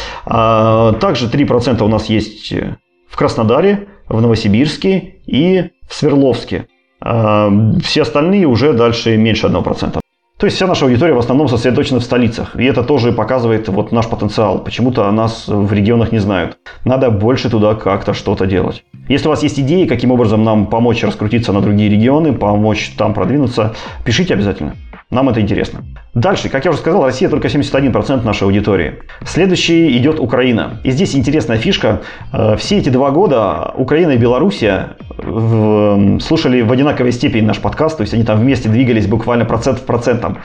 А, также три процента у нас есть в Краснодаре, в Новосибирске и в Свердловске. Все остальные уже дальше меньше одного процента. То есть вся наша аудитория в основном сосредоточена в столицах. И это тоже показывает вот наш потенциал. Почему-то о нас в регионах не знают. Надо больше туда как-то что-то делать. Если у вас есть идеи, каким образом нам помочь раскрутиться на другие регионы, помочь там продвинуться, пишите обязательно. Нам это интересно. Дальше, как я уже сказал, Россия только семьдесят один процент нашей аудитории. Следующий идет Украина. И здесь интересная фишка. Все эти два года Украина и Белоруссия слушали в одинаковой степени наш подкаст. То есть они там вместе двигались буквально процент в процентом.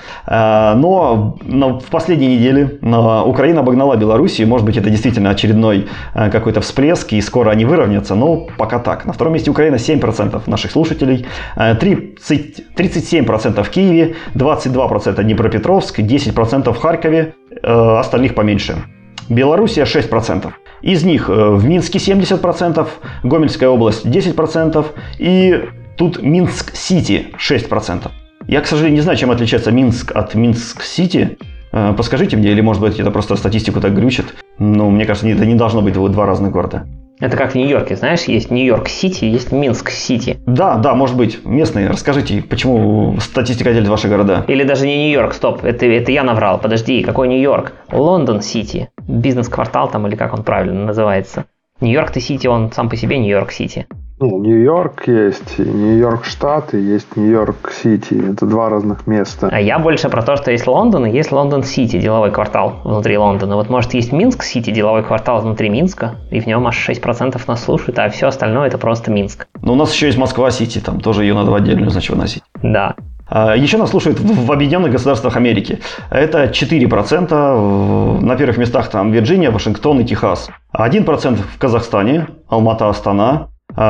Но, но в последние недели Украина обогнала Белоруссию. Может быть, это действительно очередной какой-то всплеск, и скоро они выровнятся. Но пока так. На втором месте Украина семь процентов наших слушателей. тридцать, тридцать семь процентов в Киеве. двадцать два процента Днепропетровск, десять процентов в Харькове, э, остальных поменьше. Белоруссия шесть процентов. Из них э, в Минске семьдесят процентов, Гомельская область десять процентов и тут Минск-Сити шесть процентов. Я, к сожалению, не знаю, чем отличается Минск от Минск-Сити. Э, подскажите мне, или может быть это просто статистику так глючит. Но мне кажется, это не должно быть два разных города. Это как в Нью-Йорке, знаешь, есть Нью-Йорк-Сити, есть Минск-Сити. Да, да, может быть. Местные, расскажите, почему статистика делит ваши города? Или даже не Нью-Йорк, стоп, это, это я наврал, подожди, какой Нью-Йорк? Лондон-Сити, бизнес-квартал там, или как он правильно называется. Нью-Йорк-Сити, он сам по себе Нью-Йорк-Сити. Ну, Нью-Йорк есть, Нью-Йорк штат и есть Нью-Йорк-Сити. Это два разных места. А я больше про то, что есть Лондон и есть Лондон-Сити, деловой квартал внутри Лондона. Вот может есть Минск-Сити, деловой квартал внутри Минска, и в нем аж шесть процентов нас слушают, а все остальное это просто Минск. Но у нас еще есть Москва-Сити, там тоже ее надо в отдельную, значит, выносить. Да. Еще нас слушают в Объединенных Государствах Америки. Это четыре процента. На первых местах там Вирджиния, Вашингтон и Техас. один процент в Казахстане, Алмата, Астана.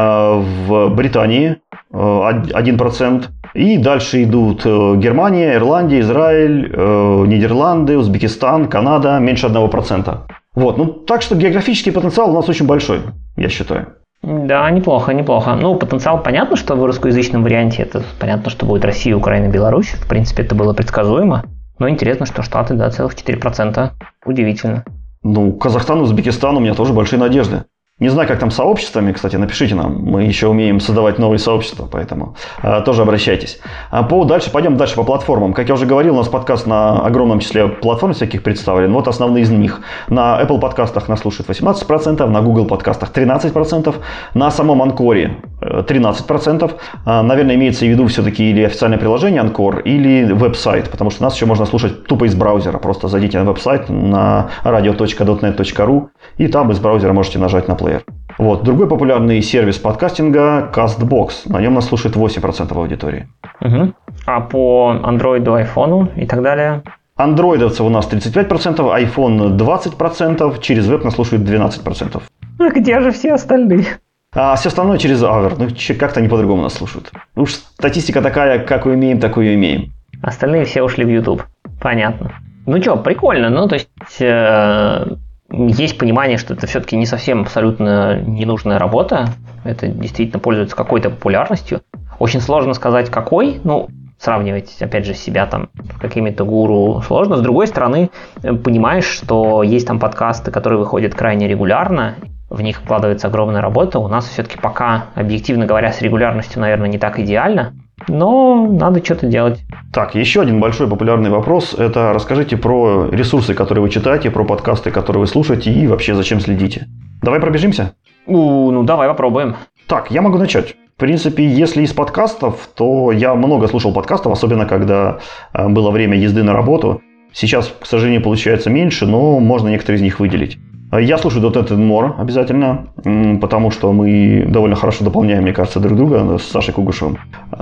В Британии один процент. И дальше идут Германия, Ирландия, Израиль, Нидерланды, Узбекистан, Канада. Меньше одного процента. Вот. Ну, так что географический потенциал у нас очень большой, я считаю. Да, неплохо, неплохо. Ну, потенциал понятно, что в русскоязычном варианте это понятно, что будет Россия, Украина, Беларусь. В принципе, это было предсказуемо. Но интересно, что Штаты, да, целых четыре процента. Удивительно. Ну, Казахстан, Узбекистан, у меня тоже большие надежды. Не знаю, как там с сообществами, кстати, напишите нам. Мы еще умеем создавать новые сообщества, поэтому э, тоже обращайтесь. А по, дальше, пойдем дальше по платформам. Как я уже говорил, у нас подкаст на огромном числе платформ всяких представлен. Вот основные из них. На Apple подкастах нас слушает восемнадцать процентов, на Google подкастах тринадцать процентов, на самом Анкоре тринадцать процентов. А, наверное, имеется в виду все-таки или официальное приложение Анкор, или веб-сайт, потому что нас еще можно слушать тупо из браузера. Просто зайдите на веб-сайт на radio точка dot net точка ru и там из браузера можете нажать на плеер. Вот. Другой популярный сервис подкастинга CastBox. На нем нас слушает восемь процентов аудитории. Угу. А по Android, iPhone и так далее? Андроидовцев у нас тридцать пять процентов, iPhone двадцать процентов, через веб нас слушает двенадцать процентов. А где же все остальные? А все остальное через Aver. Ну, как-то они по-другому нас слушают. Уж статистика такая, какую имеем, такую и имеем. Остальные все ушли в YouTube. Понятно. Ну что, прикольно. Ну, то есть... Э- Есть понимание, что это все-таки не совсем абсолютно ненужная работа. Это действительно пользуется какой-то популярностью. Очень сложно сказать, какой. Ну, сравнивать, опять же, себя там с какими-то гуру сложно. С другой стороны, понимаешь, что есть там подкасты, которые выходят крайне регулярно. В них вкладывается огромная работа. У нас все-таки пока, объективно говоря, с регулярностью, наверное, не так идеально. Но надо что-то делать. Так, еще один большой популярный вопрос. Это расскажите про ресурсы, которые вы читаете, про подкасты, которые вы слушаете и вообще зачем следите. Давай пробежимся? У, ну, давай попробуем. Так, я могу начать. В принципе, если из подкастов, то я много слушал подкастов, особенно когда было время езды на работу. Сейчас, к сожалению, получается меньше, но можно некоторые из них выделить. Я слушаю .дот нет and More обязательно, потому что мы довольно хорошо дополняем, мне кажется, друг друга с Сашей Кугушевым.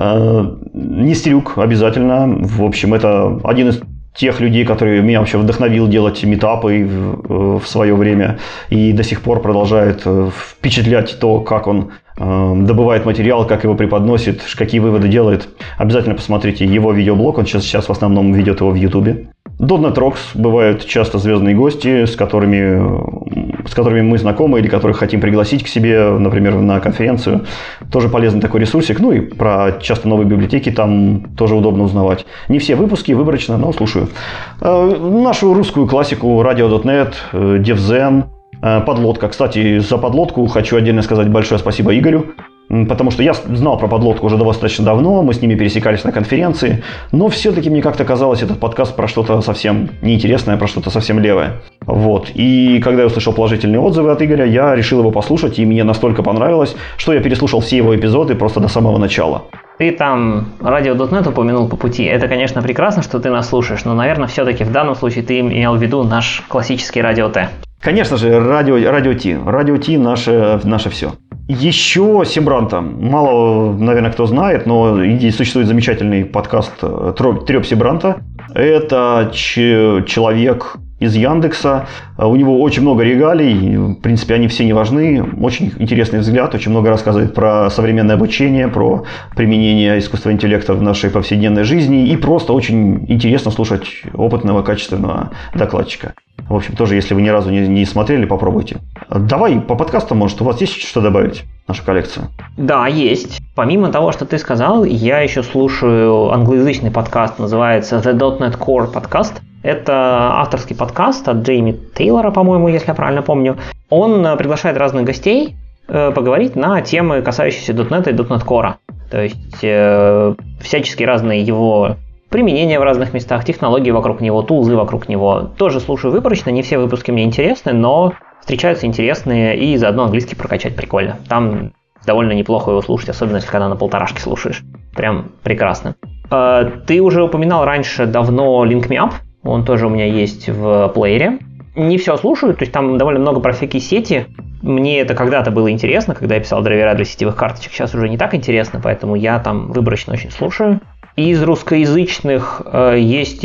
Нестерюк обязательно. В общем, это один из тех людей, которые меня вообще вдохновил делать митапы в, в свое время и до сих пор продолжает впечатлять то, как он добывает материал, как его преподносит, какие выводы делает. Обязательно посмотрите его видеоблог, он сейчас, сейчас в основном ведет его в Ютубе. .дот нет Rocks бывают часто звездные гости, с которыми, с которыми мы знакомы или которых хотим пригласить к себе, например, на конференцию. Тоже полезный такой ресурсик. Ну и про часто новые библиотеки там тоже удобно узнавать. Не все выпуски, выборочно, но слушаю. Нашу русскую классику радио точка нет, DevZen, Подлодка. Кстати, за Подлодку хочу отдельно сказать большое спасибо Игорю. потому что я знал про подлодку уже достаточно давно, мы с ними пересекались на конференции, но все-таки мне как-то казалось, этот подкаст про что-то совсем неинтересное, про что-то совсем левое. Вот. И когда я услышал положительные отзывы от Игоря, я решил его послушать, и мне настолько понравилось, что я переслушал все его эпизоды просто до самого начала. Ты там радио точка нет упомянул по пути. Это, конечно, прекрасно, что ты нас слушаешь, но, наверное, все-таки в данном случае ты имел в виду наш классический радио Т. Конечно же, радио, радио Ти. Радио Ти наше, наше все. Еще Симбранта. Мало, наверное, кто знает, но существует замечательный подкаст «Трёп Симбранта». Это ч- человек из Яндекса. У него очень много регалий. В принципе, они все не важны. Очень интересный взгляд. Очень много рассказывает про современное обучение, про применение искусственного интеллекта в нашей повседневной жизни. И просто очень интересно слушать опытного, качественного докладчика. В общем, тоже, если вы ни разу не, не смотрели, попробуйте. Давай по подкастам, может, у вас есть что добавить в нашу коллекцию? Да, есть. Помимо того, что ты сказал, я еще слушаю англоязычный подкаст, называется The .дот нет Core Podcast. Это авторский подкаст от Джейми Тейлора, по-моему, если я правильно помню. Он приглашает разных гостей э, поговорить на темы, касающиеся .дот нет и .дот нет Core. То есть э, всяческие разные его применения в разных местах, технологии вокруг него, тулзы вокруг него. Тоже слушаю выборочно, не все выпуски мне интересны, но встречаются интересные, и заодно английский прокачать прикольно. Там довольно неплохо его слушать, особенно если когда на полторашке слушаешь. Прям прекрасно. Ты уже упоминал раньше давно Link Me Up, он тоже у меня есть в плеере. Не все слушаю, то есть там довольно много про всякие сети. Мне это когда-то было интересно, когда я писал драйвера для сетевых карточек, сейчас уже не так интересно, поэтому я там выборочно очень слушаю. Из русскоязычных э, есть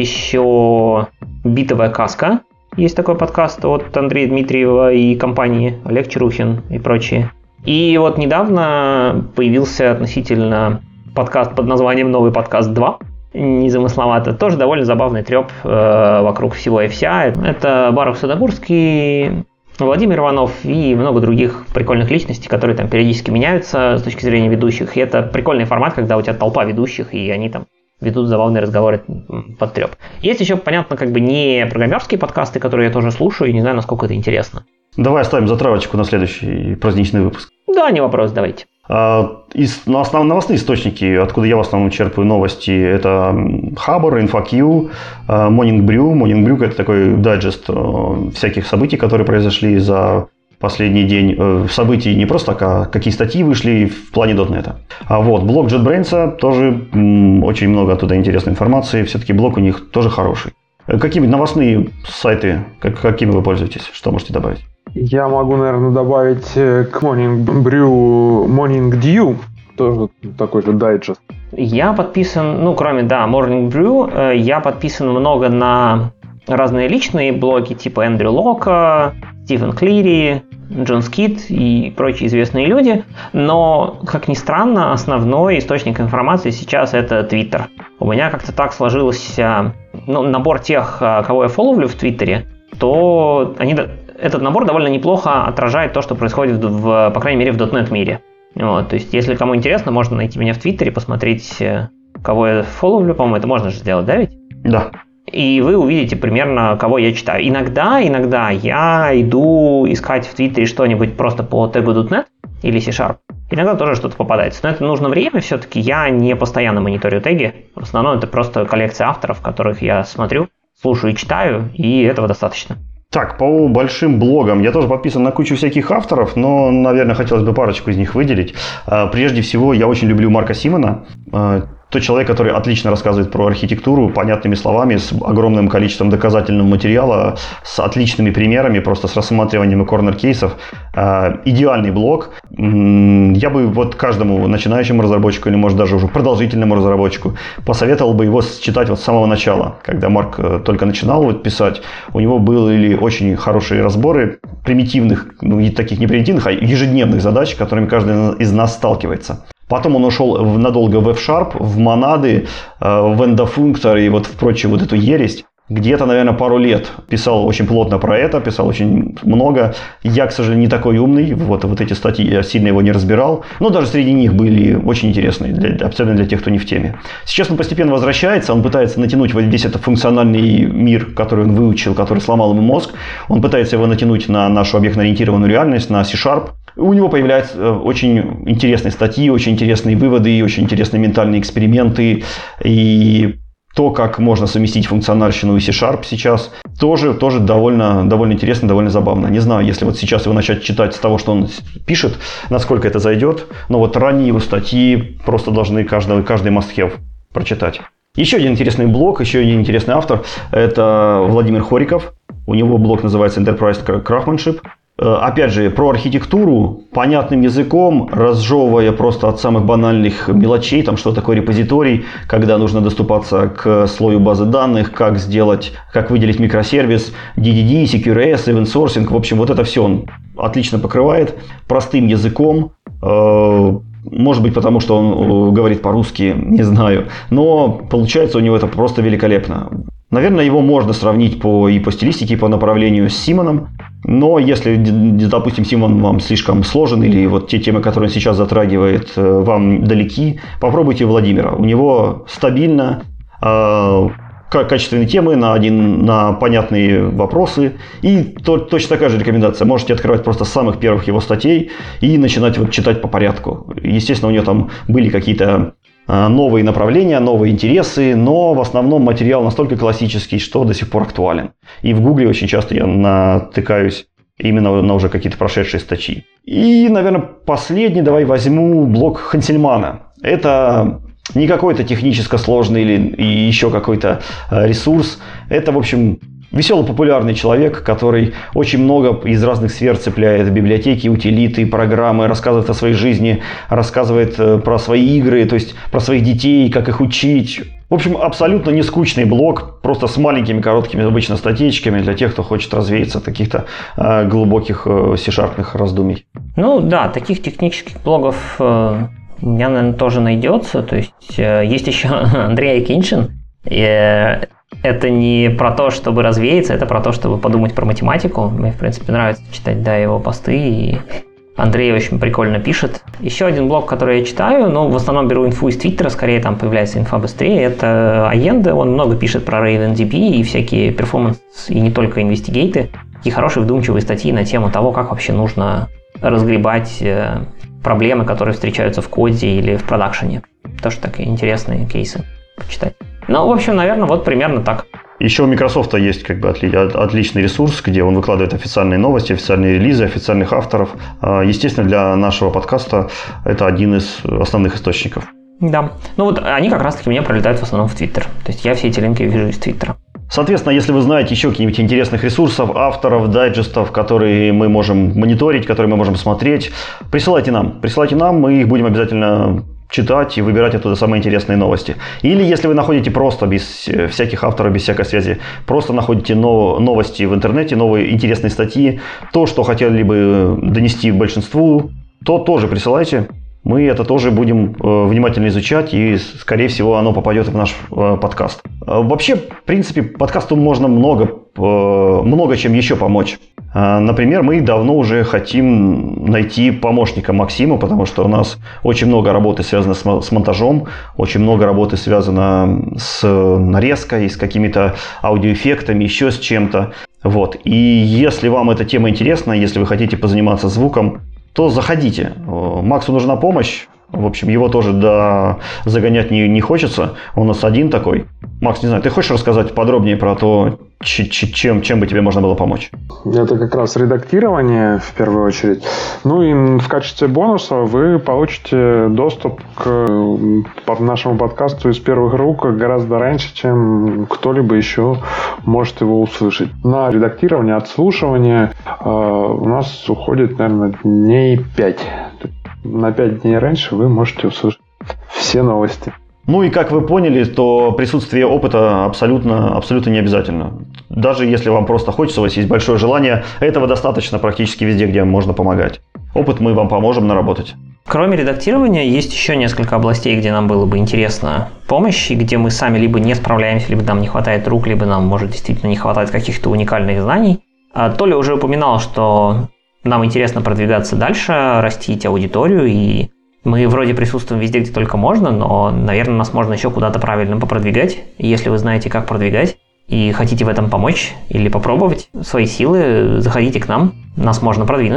еще «Битовая каска». Есть такой подкаст от Андрея Дмитриева и компании, Олег Чарухин и прочие. И вот недавно появился относительно подкаст под названием «Новый подкаст два». Незамысловато. Тоже довольно забавный треп э, вокруг всего и вся. Это Барух Садогурский, Владимир Иванов и много других прикольных личностей, которые там периодически меняются с точки зрения ведущих. И это прикольный формат, когда у тебя толпа ведущих, и они там ведут забавные разговоры под треп. Есть еще, понятно, как бы не программерские подкасты, которые я тоже слушаю, и не знаю, насколько это интересно. Давай оставим затравочку на следующий праздничный выпуск. Да, не вопрос, давайте. Из ну, основные новостные источники, откуда я в основном черпаю новости, это Хабр, InfoQ, Morning Brew. Morning Brew – это такой дайджест всяких событий, которые произошли за последний день. Событий не просто так, а какие статьи вышли в плане .дот нет. А вот блог JetBrains тоже м, очень много оттуда интересной информации. Все-таки блог у них тоже хороший. Какие-нибудь новостные сайты, как, какими вы пользуетесь? Что можете добавить? Я могу, наверное, добавить к Morning Brew Morning Dew, тоже такой же дайджест. Я подписан, ну, кроме, да, Morning Brew, я подписан много на разные личные блоги, типа Эндрю Лока, Стивен Клири, Джон Скит и прочие известные люди, но, как ни странно, основной источник информации сейчас это Twitter. У меня как-то так сложился, ну, набор тех, кого я фолловлю в Твиттере, то они... Этот набор довольно неплохо отражает то, что происходит, в, по крайней мере, в .дот нет мире. Вот, то есть, если кому интересно, можно найти меня в Твиттере, посмотреть, кого я фолловлю, по-моему, это можно же сделать, да ведь? Да. И вы увидите примерно, кого я читаю. Иногда, иногда я иду искать в Твиттере что-нибудь просто по тегу .дот нет или C-Sharp. Иногда тоже что-то попадается. Но это нужно время все-таки. Я не постоянно мониторю теги. В основном это просто коллекция авторов, которых я смотрю, слушаю и читаю, и этого достаточно. Так, по большим блогам. Я тоже подписан на кучу всяких авторов, но, наверное, хотелось бы парочку из них выделить. Прежде всего, я очень люблю Марка Симона. Тот человек, который отлично рассказывает про архитектуру, понятными словами, с огромным количеством доказательного материала, с отличными примерами, просто с рассматриванием корнер-кейсов. Идеальный блог. Я бы вот каждому начинающему разработчику или, может, даже уже продолжительному разработчику посоветовал бы его читать вот с самого начала. Когда Марк только начинал вот писать, у него были очень хорошие разборы примитивных, ну, и таких не примитивных, а ежедневных задач, с которыми каждый из нас сталкивается. Потом он ушел надолго в F-Sharp, в монады, в эндофунктор и вот в прочую вот эту ересь. Где-то, наверное, пару лет писал очень плотно про это, писал очень много. Я, к сожалению, не такой умный, вот, вот эти статьи я сильно его не разбирал. Но даже среди них были очень интересные, для, особенно для тех, кто не в теме. Сейчас он постепенно возвращается, он пытается натянуть весь этот функциональный мир, который он выучил, который сломал ему мозг. Он пытается его натянуть на нашу объектно-ориентированную реальность, на C-Sharp. У него появляются очень интересные статьи, очень интересные выводы, очень интересные ментальные эксперименты. И то, как можно совместить функциональщину и C-Sharp сейчас, тоже, тоже довольно, довольно интересно, довольно забавно. Не знаю, если вот сейчас его начать читать с того, что он пишет, насколько это зайдет. Но вот ранние его статьи просто должны каждый, каждый must-have прочитать. Еще один интересный блог, еще один интересный автор – это Владимир Хориков. У него блог называется Enterprise Craftsmanship. Опять же, про архитектуру, понятным языком, разжевывая просто от самых банальных мелочей, там, что такое репозиторий, когда нужно доступаться к слою базы данных, как сделать, как выделить микросервис, ди ди ди, си кью ар эс, event sourcing. В общем, вот это все он отлично покрывает простым языком. Может быть, потому что он говорит по-русски, не знаю. Но получается у него это просто великолепно. Наверное, его можно сравнить по, и по стилистике, и по направлению с Симоном. Но если, допустим, Симон вам слишком сложен, или вот те темы, которые он сейчас затрагивает, вам далеки, попробуйте Владимира. У него стабильно э, качественные темы на, один, на понятные вопросы. И то, точно такая же рекомендация. Можете открывать просто с самых первых его статей и начинать вот читать по порядку. Естественно, у него там были какие-то новые направления, новые интересы, но в основном материал настолько классический, что до сих пор актуален. И в Гугле очень часто я натыкаюсь именно на уже какие-то прошедшие статьи. И, наверное, последний давай возьму блог Хансельмана. Это не какой-то технически сложный или еще какой-то ресурс. Это, в общем, веселый, популярный человек, который очень много из разных сфер цепляет библиотеки, утилиты, программы, рассказывает о своей жизни, рассказывает про свои игры, то есть про своих детей, как их учить. В общем, абсолютно не скучный блог, просто с маленькими короткими обычно статейками для тех, кто хочет развеяться от каких-то э, глубоких э, C-шарпных раздумий. Ну да, таких технических блогов э, у меня, наверное, тоже найдется. То есть э, есть еще Андрей Акиншин. И это не про то, чтобы развеяться, это про то, чтобы подумать про математику. Мне, в принципе, нравится читать, да, его посты, и Андрей очень прикольно пишет. Еще один блог, который я читаю, но в основном беру инфу из Твиттера, скорее там появляется инфа быстрее, это Allende. Он много пишет про RavenDB и всякие перформанс, и не только инвестигейты. Такие хорошие вдумчивые статьи на тему того, как вообще нужно разгребать проблемы, которые встречаются в коде или в продакшене. Тоже такие интересные кейсы почитать. Ну, в общем, наверное, вот примерно так. Еще у Microsoft есть как бы отличный ресурс, где он выкладывает официальные новости, официальные релизы, официальных авторов. Естественно, для нашего подкаста это один из основных источников. Да. Ну вот они как раз-таки мне пролетают в основном в Твиттер. То есть я все эти линки вижу из Твиттера. Соответственно, если вы знаете еще каких-нибудь интересных ресурсов, авторов, дайджестов, которые мы можем мониторить, которые мы можем смотреть, присылайте нам. Присылайте нам, мы их будем обязательно читать и выбирать оттуда самые интересные новости. Или если вы находите просто без всяких авторов, без всякой связи, просто находите нов- новости в интернете, новые интересные статьи, то, что хотели бы донести большинству, то тоже присылайте. Мы это тоже будем э, внимательно изучать, и, скорее всего, оно попадет в наш э, подкаст. Э, вообще, в принципе, подкасту можно много, э, много чем еще помочь. Э, например, мы давно уже хотим найти помощника Максиму, потому что у нас очень много работы связано с, с монтажом, очень много работы связано с нарезкой, с какими-то аудиоэффектами, еще с чем-то. Вот. И если вам эта тема интересна, если вы хотите позаниматься звуком, то заходите. Максу нужна помощь. В общем, его тоже да, загонять не, не хочется. Он у нас один такой. Макс, не знаю, ты хочешь рассказать подробнее про то, чем, чем бы тебе можно было помочь? Это как раз редактирование в первую очередь. Ну и в качестве бонуса вы получите доступ к нашему подкасту из первых рук гораздо раньше, чем кто-либо еще может его услышать. На редактирование, отслушивание э, у нас уходит, наверное, дней пять. На пять дней раньше вы можете услышать все новости. Ну и как вы поняли, то присутствие опыта абсолютно, абсолютно не обязательно. Даже если вам просто хочется, у вас есть большое желание, этого достаточно практически везде, где можно помогать. Опыт мы вам поможем наработать. Кроме редактирования, есть еще несколько областей, где нам было бы интересна помощь, и где мы сами либо не справляемся, либо нам не хватает рук, либо нам, может, действительно не хватает каких-то уникальных знаний. Толя уже упоминал, что нам интересно продвигаться дальше, растить аудиторию, и мы вроде присутствуем везде, где только можно, но, наверное, нас можно еще куда-то правильно попродвигать. И если вы знаете, как продвигать, и хотите в этом помочь или попробовать свои силы, заходите к нам, нас можно продвинуть.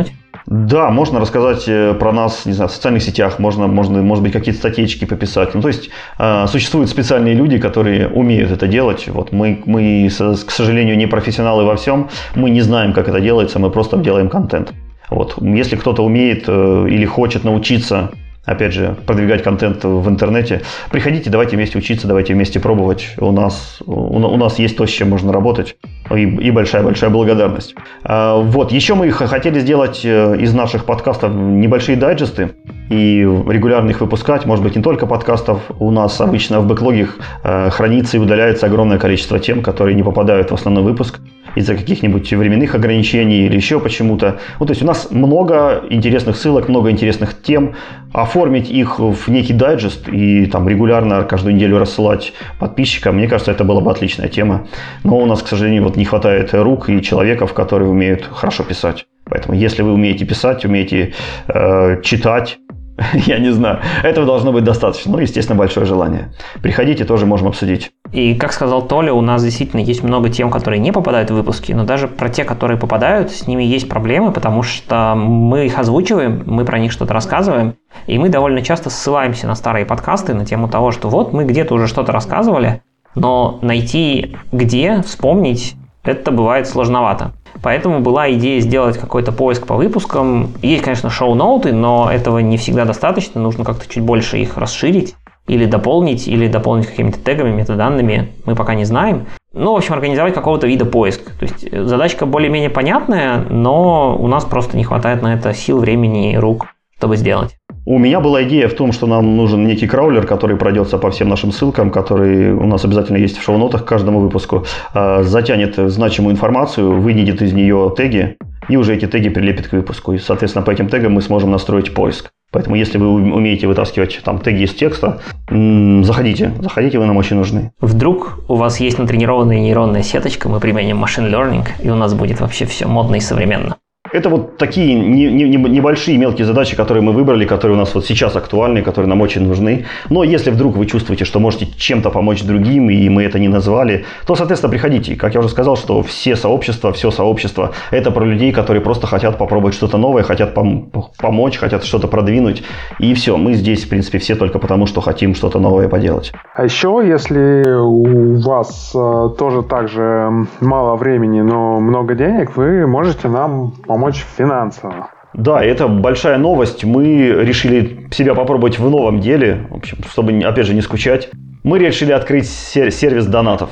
Да, можно рассказать про нас, не знаю, в социальных сетях, можно, можно может быть, какие-то статейки пописать. Ну, то есть, э, существуют специальные люди, которые умеют это делать. Вот мы, мы, к сожалению, не профессионалы во всем, мы не знаем, как это делается, мы просто делаем контент. Вот. Если кто-то умеет э, или хочет научиться, опять же, продвигать контент в интернете, приходите, давайте вместе учиться, давайте вместе пробовать. У нас, у, у нас есть то, с чем можно работать, и, и большая-большая благодарность. А, вот, еще мы хотели сделать из наших подкастов небольшие дайджесты и регулярно их выпускать, может быть, не только подкастов. У нас обычно в бэклоге хранится и удаляется огромное количество тем, которые не попадают в основной выпуск из-за каких-нибудь временных ограничений или еще почему-то. Ну, то есть у нас много интересных ссылок, много интересных тем. Оформить их в некий дайджест и там регулярно каждую неделю рассылать подписчикам, мне кажется, это была бы отличная тема. Но у нас, к сожалению, вот не хватает рук и человеков, которые умеют хорошо писать. Поэтому если вы умеете писать, умеете э, читать, я не знаю, этого должно быть достаточно. Ну, естественно, большое желание. Приходите, тоже можем обсудить. И, как сказал Толя, у нас действительно есть много тем, которые не попадают в выпуски, но даже про те, которые попадают, с ними есть проблемы, потому что мы их озвучиваем, мы про них что-то рассказываем, и мы довольно часто ссылаемся на старые подкасты на тему того, что вот мы где-то уже что-то рассказывали, но найти где, вспомнить, это бывает сложновато. Поэтому была идея сделать какой-то поиск по выпускам. Есть, конечно, шоу-ноуты, но этого не всегда достаточно. Нужно как-то чуть больше их расширить или дополнить, или дополнить какими-то тегами, метаданными. Мы пока не знаем. Ну, в общем, организовать какого-то вида поиск. То есть задачка более-менее понятная, но у нас просто не хватает на это сил, времени и рук, чтобы сделать. У меня была идея в том, что нам нужен некий краулер, который пройдется по всем нашим ссылкам, который у нас обязательно есть в шоу-нотах к каждому выпуску, затянет значимую информацию, вынесет из нее теги, и уже эти теги прилепит к выпуску. И, соответственно, по этим тегам мы сможем настроить поиск. Поэтому, если вы умеете вытаскивать там теги из текста, заходите, заходите, вы нам очень нужны. Вдруг у вас есть натренированная нейронная сеточка, мы применим machine learning, и у нас будет вообще все модно и современно. Это вот такие не, не, небольшие мелкие задачи, которые мы выбрали, которые у нас вот сейчас актуальны, которые нам очень нужны. Но если вдруг вы чувствуете, что можете чем-то помочь другим, и мы это не назвали, то, соответственно, приходите. Как я уже сказал, что все сообщества, все сообщество – это про людей, которые просто хотят попробовать что-то новое, хотят пом- помочь, хотят что-то продвинуть. И все, мы здесь, в принципе, все только потому, что хотим что-то новое поделать. А еще, если у вас э, тоже так же мало времени, но много денег, вы можете нам помочь помочь финансово. Да, это большая новость. Мы решили себя попробовать в новом деле, в общем, чтобы, опять же, не скучать. Мы решили открыть сервис донатов.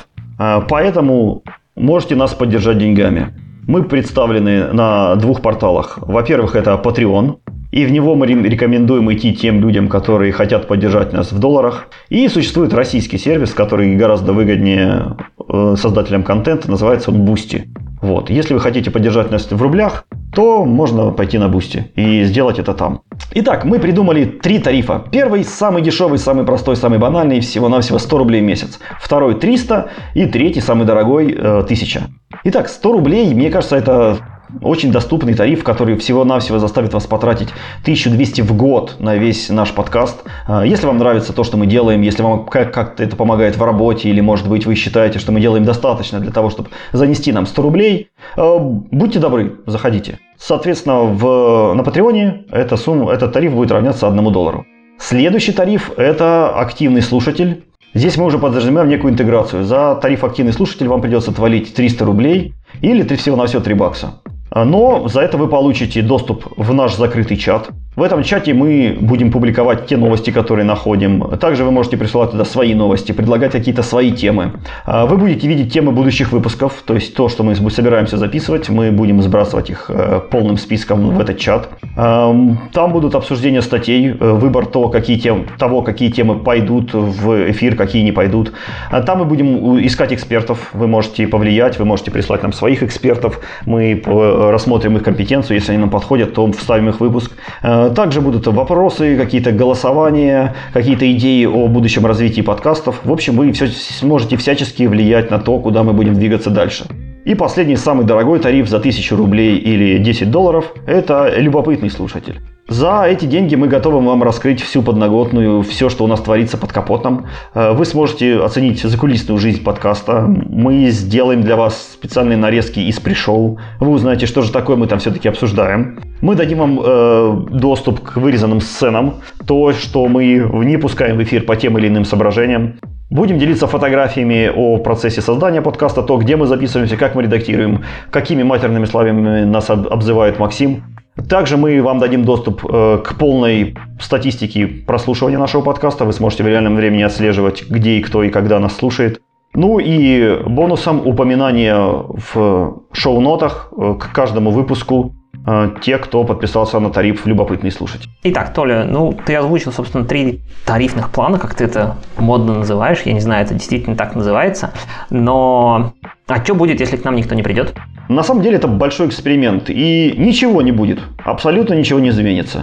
Поэтому можете нас поддержать деньгами. Мы представлены на двух порталах. Во-первых, это Patreon. И в него мы рекомендуем идти тем людям, которые хотят поддержать нас в долларах. И существует российский сервис, который гораздо выгоднее создателям контента. Называется он Boosty. Вот. Если вы хотите поддержать нас в рублях, то можно пойти на Boosty и сделать это там. Итак, мы придумали три тарифа. Первый самый дешевый, самый простой, самый банальный, всего-навсего сто рублей в месяц. Второй триста и третий самый дорогой тысяча. Итак, сто рублей, мне кажется, это очень доступный тариф, который всего-навсего заставит вас потратить тысячу двести в год на весь наш подкаст. Если вам нравится то, что мы делаем, если вам как-то это помогает в работе, или, может быть, вы считаете, что мы делаем достаточно для того, чтобы занести нам сто рублей, будьте добры, заходите. Соответственно, в, на Патреоне эта сумма, этот тариф будет равняться одному доллару. Следующий тариф – это активный слушатель. Здесь мы уже подразумеваем некую интеграцию. За тариф активный слушатель вам придется отвалить триста рублей или всего-навсего три бакса. Но за это вы получите доступ в наш закрытый чат. В этом чате мы будем публиковать те новости, которые находим. Также вы можете присылать туда свои новости, предлагать какие-то свои темы. Вы будете видеть темы будущих выпусков, то есть то, что мы собираемся записывать, мы будем сбрасывать их полным списком в этот чат. Там будут обсуждения статей, выбор того, какие темы, того, какие темы пойдут в эфир, какие не пойдут. Там мы будем искать экспертов, вы можете повлиять, вы можете прислать нам своих экспертов, мы рассмотрим их компетенцию, если они нам подходят, то вставим их в выпуск. Также будут вопросы, какие-то голосования, какие-то идеи о будущем развитии подкастов. В общем, вы все сможете всячески влиять на то, куда мы будем двигаться дальше. И последний, самый дорогой тариф за тысячу рублей или десять долларов – это любопытный слушатель. За эти деньги мы готовы вам раскрыть всю подноготную, все, что у нас творится под капотом. Вы сможете оценить закулисную жизнь подкаста. Мы сделаем для вас специальные нарезки из пришоу. Вы узнаете, что же такое мы там все-таки обсуждаем. Мы дадим вам э, доступ к вырезанным сценам, то, что мы не пускаем в эфир по тем или иным соображениям. Будем делиться фотографиями о процессе создания подкаста, то, где мы записываемся, как мы редактируем, какими матерными словами нас обзывает Максим. Также мы вам дадим доступ э, к полной статистике прослушивания нашего подкаста. Вы сможете в реальном времени отслеживать, где и кто и когда нас слушает. Ну и бонусом упоминание в шоу-нотах э, к каждому выпуску э, те, кто подписался на тариф «Любопытный слушатель». Итак, Толя, ну ты озвучил, собственно, три тарифных плана, как ты это модно называешь. Я не знаю, это действительно так называется. Но а что будет, если к нам никто не придет? На самом деле это большой эксперимент, и ничего не будет, абсолютно ничего не изменится.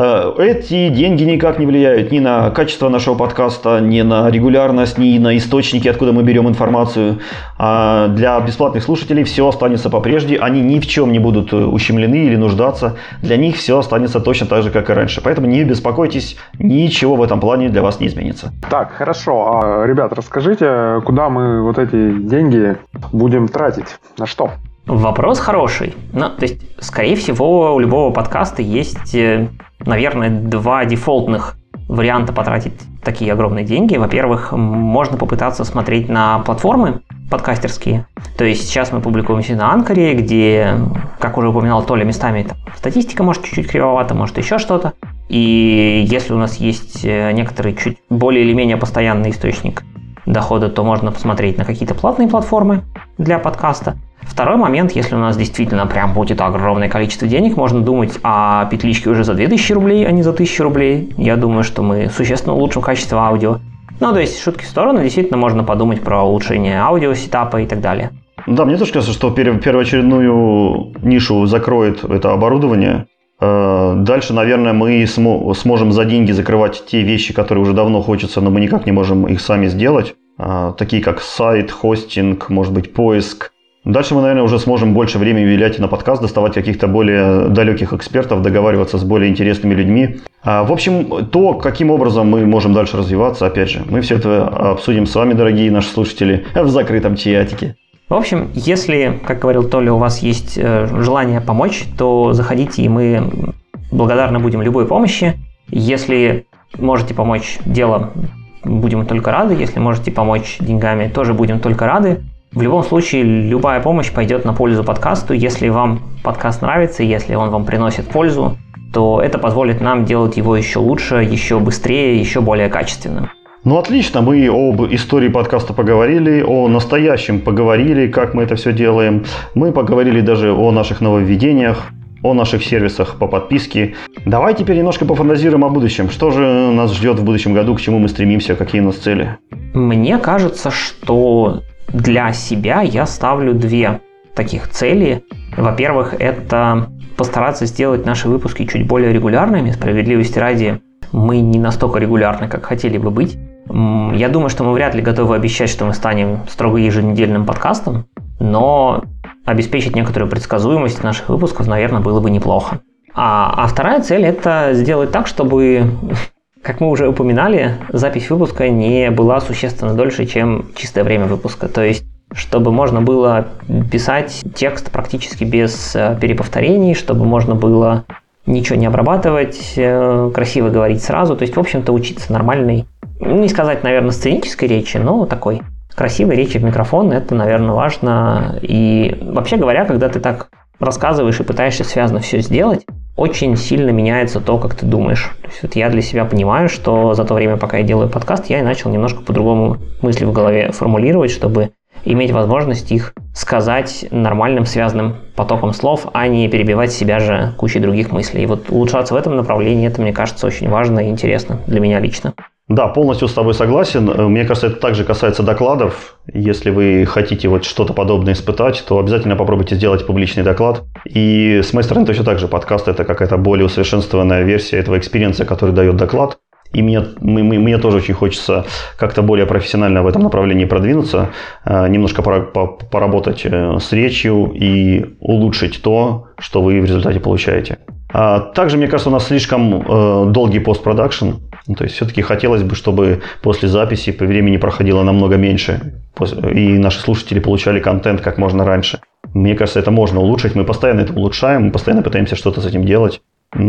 Эти деньги никак не влияют ни на качество нашего подкаста, ни на регулярность, ни на источники, откуда мы берем информацию. Для бесплатных слушателей все останется по-прежде, они ни в чем не будут ущемлены или нуждаться, для них все останется точно так же, как и раньше. Поэтому не беспокойтесь, ничего в этом плане для вас не изменится. Так, хорошо. А, ребят, расскажите, куда мы вот эти деньги будем тратить, на что? Вопрос хороший. Ну, то есть, скорее всего, у любого подкаста есть, наверное, два дефолтных варианта потратить такие огромные деньги. Во-первых, можно попытаться смотреть на платформы подкастерские. То есть сейчас мы публикуемся на Анкоре, где, как уже упоминал Толя, местами там, статистика может чуть-чуть кривовата, может еще что-то. И если у нас есть некоторый чуть более или менее постоянный источник дохода, то можно посмотреть на какие-то платные платформы для подкаста. Второй момент, если у нас действительно прям будет огромное количество денег, можно думать о петличке уже за две тысячи рублей, а не за тысячу рублей. Я думаю, что мы существенно улучшим качество аудио. Ну, то есть, шутки в сторону, действительно можно подумать про улучшение аудио, сетапа и так далее. Да, мне тоже кажется, что первоочередную нишу закроет это оборудование. Дальше, наверное, мы смо- сможем за деньги закрывать те вещи, которые уже давно хочется, но мы никак не можем их сами сделать. Такие как сайт, хостинг, может быть, поиск. Дальше мы, наверное, уже сможем больше времени уделять на подкаст, доставать каких-то более далеких экспертов, договариваться с более интересными людьми. В общем, то, каким образом мы можем дальше развиваться, опять же, мы все это обсудим с вами, дорогие наши слушатели, в закрытом чатике. В общем, если, как говорил Толя, у вас есть желание помочь, то заходите, и мы благодарны будем любой помощи. Если можете помочь делом, будем только рады. Если можете помочь деньгами, тоже будем только рады. В любом случае, любая помощь пойдет на пользу подкасту. Если вам подкаст нравится, если он вам приносит пользу, то это позволит нам делать его еще лучше, еще быстрее, еще более качественным. Ну, отлично, мы об истории подкаста поговорили, о настоящем поговорили, как мы это все делаем. Мы поговорили даже о наших нововведениях, о наших сервисах по подписке. Давай теперь немножко пофантазируем о будущем. Что же нас ждет в будущем году, к чему мы стремимся, какие у нас цели? Мне кажется, что для себя я ставлю две таких цели. Во-первых, это постараться сделать наши выпуски чуть более регулярными. Справедливости ради, мы не настолько регулярны, как хотели бы быть. Я думаю, что мы вряд ли готовы обещать, что мы станем строго еженедельным подкастом, но обеспечить некоторую предсказуемость наших выпусков, наверное, было бы неплохо. А, а вторая цель – это сделать так, чтобы, как мы уже упоминали, запись выпуска не была существенно дольше, чем чистое время выпуска. То есть, чтобы можно было писать текст практически без переповторений, чтобы можно было ничего не обрабатывать, красиво говорить сразу. То есть, в общем-то, учиться нормальной, не сказать, наверное, сценической речи, но такой красивой речи в микрофон. Это, наверное, важно. И вообще говоря, когда ты так рассказываешь и пытаешься связно все сделать, очень сильно меняется то, как ты думаешь. То есть вот я для себя понимаю, что за то время, пока я делаю подкаст, я и начал немножко по-другому мысли в голове формулировать, чтобы иметь возможность их сказать нормальным связанным потоком слов, а не перебивать себя же кучей других мыслей. И вот улучшаться в этом направлении, это, мне кажется, очень важно и интересно для меня лично. Да, полностью с тобой согласен. Мне кажется, это также касается докладов. Если вы хотите вот что-то подобное испытать, то обязательно попробуйте сделать публичный доклад. И с моей стороны точно так же подкаст – это какая-то более усовершенствованная версия этого экспириенса, который дает доклад. И мне, мне тоже очень хочется как-то более профессионально в этом направлении продвинуться, немножко поработать с речью и улучшить то, что вы в результате получаете. А также, мне кажется, у нас слишком э, долгий постпродакшн. То есть все-таки хотелось бы, чтобы после записи по времени проходило намного меньше, и наши слушатели получали контент как можно раньше. Мне кажется, это можно улучшить. Мы постоянно это улучшаем, мы постоянно пытаемся что-то с этим делать.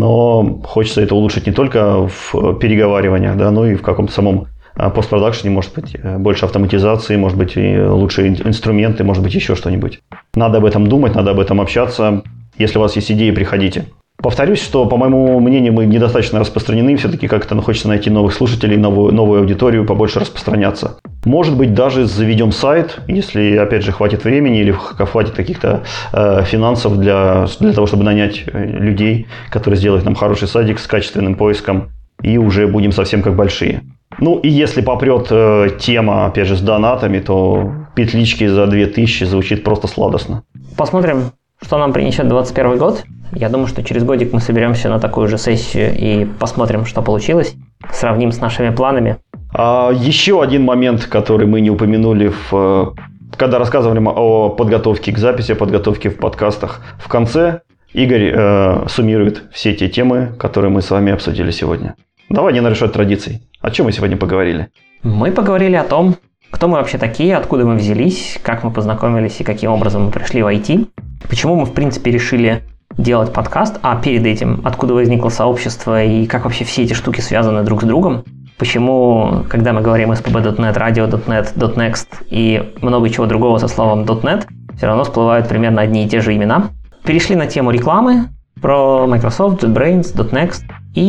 Но хочется это улучшить не только в переговариваниях, да, но и в каком-то самом постпродакшене, может быть, больше автоматизации, может быть, лучшие инструменты, может быть, еще что-нибудь. Надо об этом думать, надо об этом общаться. Если у вас есть идеи, приходите. Повторюсь, что, по моему мнению, мы недостаточно распространены. Все-таки как-то хочется найти новых слушателей, новую, новую аудиторию, побольше распространяться. Может быть, даже заведем сайт, если, опять же, хватит времени или хватит каких-то э, финансов для, для того, чтобы нанять людей, которые сделают нам хороший сайтик с качественным поиском, и уже будем совсем как большие. Ну и если попрет э, тема, опять же, с донатами, то петлички за две тысячи звучит просто сладостно. Посмотрим, что нам принесет двадцать первый год. Я думаю, что через годик мы соберемся на такую же сессию и посмотрим, что получилось. Сравним с нашими планами. А еще один момент, который мы не упомянули, в, когда рассказывали о подготовке к записи, о подготовке в подкастах. В конце Игорь э, суммирует все те темы, которые мы с вами обсудили сегодня. Давай не нарушать традиций. О чем мы сегодня поговорили? Мы поговорили о том, кто мы вообще такие, откуда мы взялись, как мы познакомились и каким образом мы пришли в ай ти. Почему мы, в принципе, решили делать подкаст, а перед этим, откуда возникло сообщество и как вообще все эти штуки связаны друг с другом. Почему, когда мы говорим эс пи би точка нет, радио точка нет, .next и много чего другого со словом .net, все равно всплывают примерно одни и те же имена. Перешли на тему рекламы, про Microsoft, JetBrains, .next,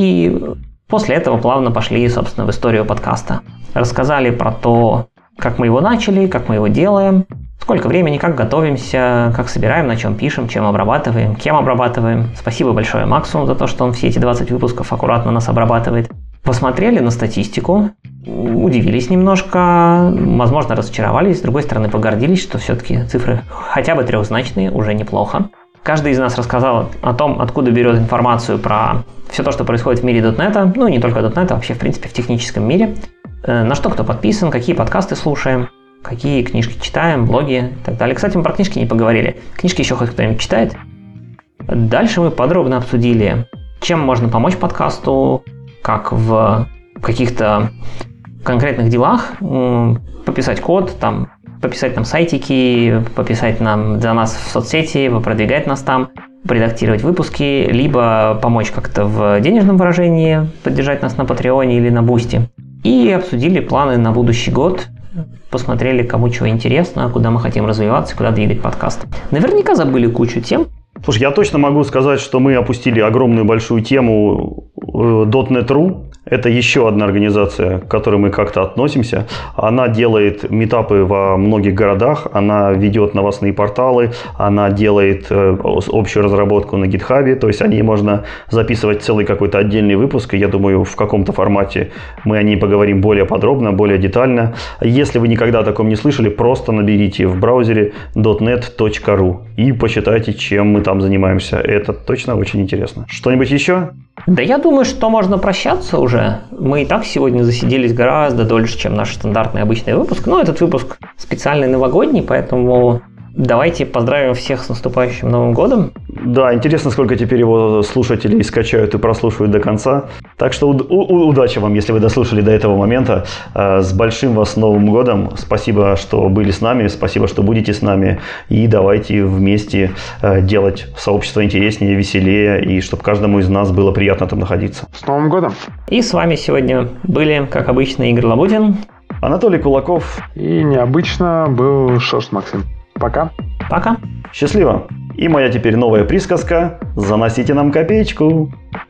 и после этого плавно пошли, собственно, в историю подкаста. Рассказали про то, как мы его начали, как мы его делаем, сколько времени, как готовимся, как собираем, на чем пишем, чем обрабатываем, кем обрабатываем. Спасибо большое Максу за то, что он все эти двадцать выпусков аккуратно нас обрабатывает. Посмотрели на статистику, удивились немножко, возможно, разочаровались, с другой стороны, погордились, что все-таки цифры хотя бы трехзначные, уже неплохо. Каждый из нас рассказал о том, откуда берет информацию про все то, что происходит в мире .нет, ну и не только .нет, а вообще, в принципе, в техническом мире. На что кто подписан, какие подкасты слушаем, какие книжки читаем, блоги и так далее. Кстати, мы про книжки не поговорили. Книжки еще хоть кто-нибудь читает? Дальше мы подробно обсудили, чем можно помочь подкасту, как в каких-то конкретных делах пописать код, там, пописать нам сайтики, пописать нам за нас в соцсети, продвигать нас там, редактировать выпуски, либо помочь как-то в денежном выражении, поддержать нас на Патреоне или на Бусти. И обсудили планы на будущий год, посмотрели, кому чего интересно, куда мы хотим развиваться, куда двигать подкаст. Наверняка забыли кучу тем. Слушай, я точно могу сказать, что мы опустили огромную большую тему .нет точка ру. Это еще одна организация, к которой мы как-то относимся. Она делает митапы во многих городах, она ведет новостные порталы, она делает общую разработку на GitHub, то есть о ней можно записывать целый какой-то отдельный выпуск, и я думаю, в каком-то формате мы о ней поговорим более подробно, более детально. Если вы никогда о таком не слышали, просто наберите в браузере .нет точка ру и почитайте, чем мы там занимаемся. Это точно очень интересно. Что-нибудь еще? Да я думаю, что можно прощаться уже. Мы и так сегодня засиделись гораздо дольше, чем наш стандартный обычный выпуск. Но этот выпуск специальный новогодний, поэтому давайте поздравим всех с наступающим Новым годом. Да, интересно, сколько теперь его слушателей скачают и прослушивают до конца. Так что у- у- удачи вам, если вы дослушали до этого момента. С большим вас Новым годом. Спасибо, что были с нами, спасибо, что будете с нами. И давайте вместе делать сообщество интереснее, веселее, и чтобы каждому из нас было приятно там находиться. С Новым годом! И с вами сегодня были, как обычно, Игорь Лабудин, Анатолий Кулаков. И необычно был Шош Максим. Пока! Пока! Счастливо! И моя теперь новая присказка «Заносите нам копеечку».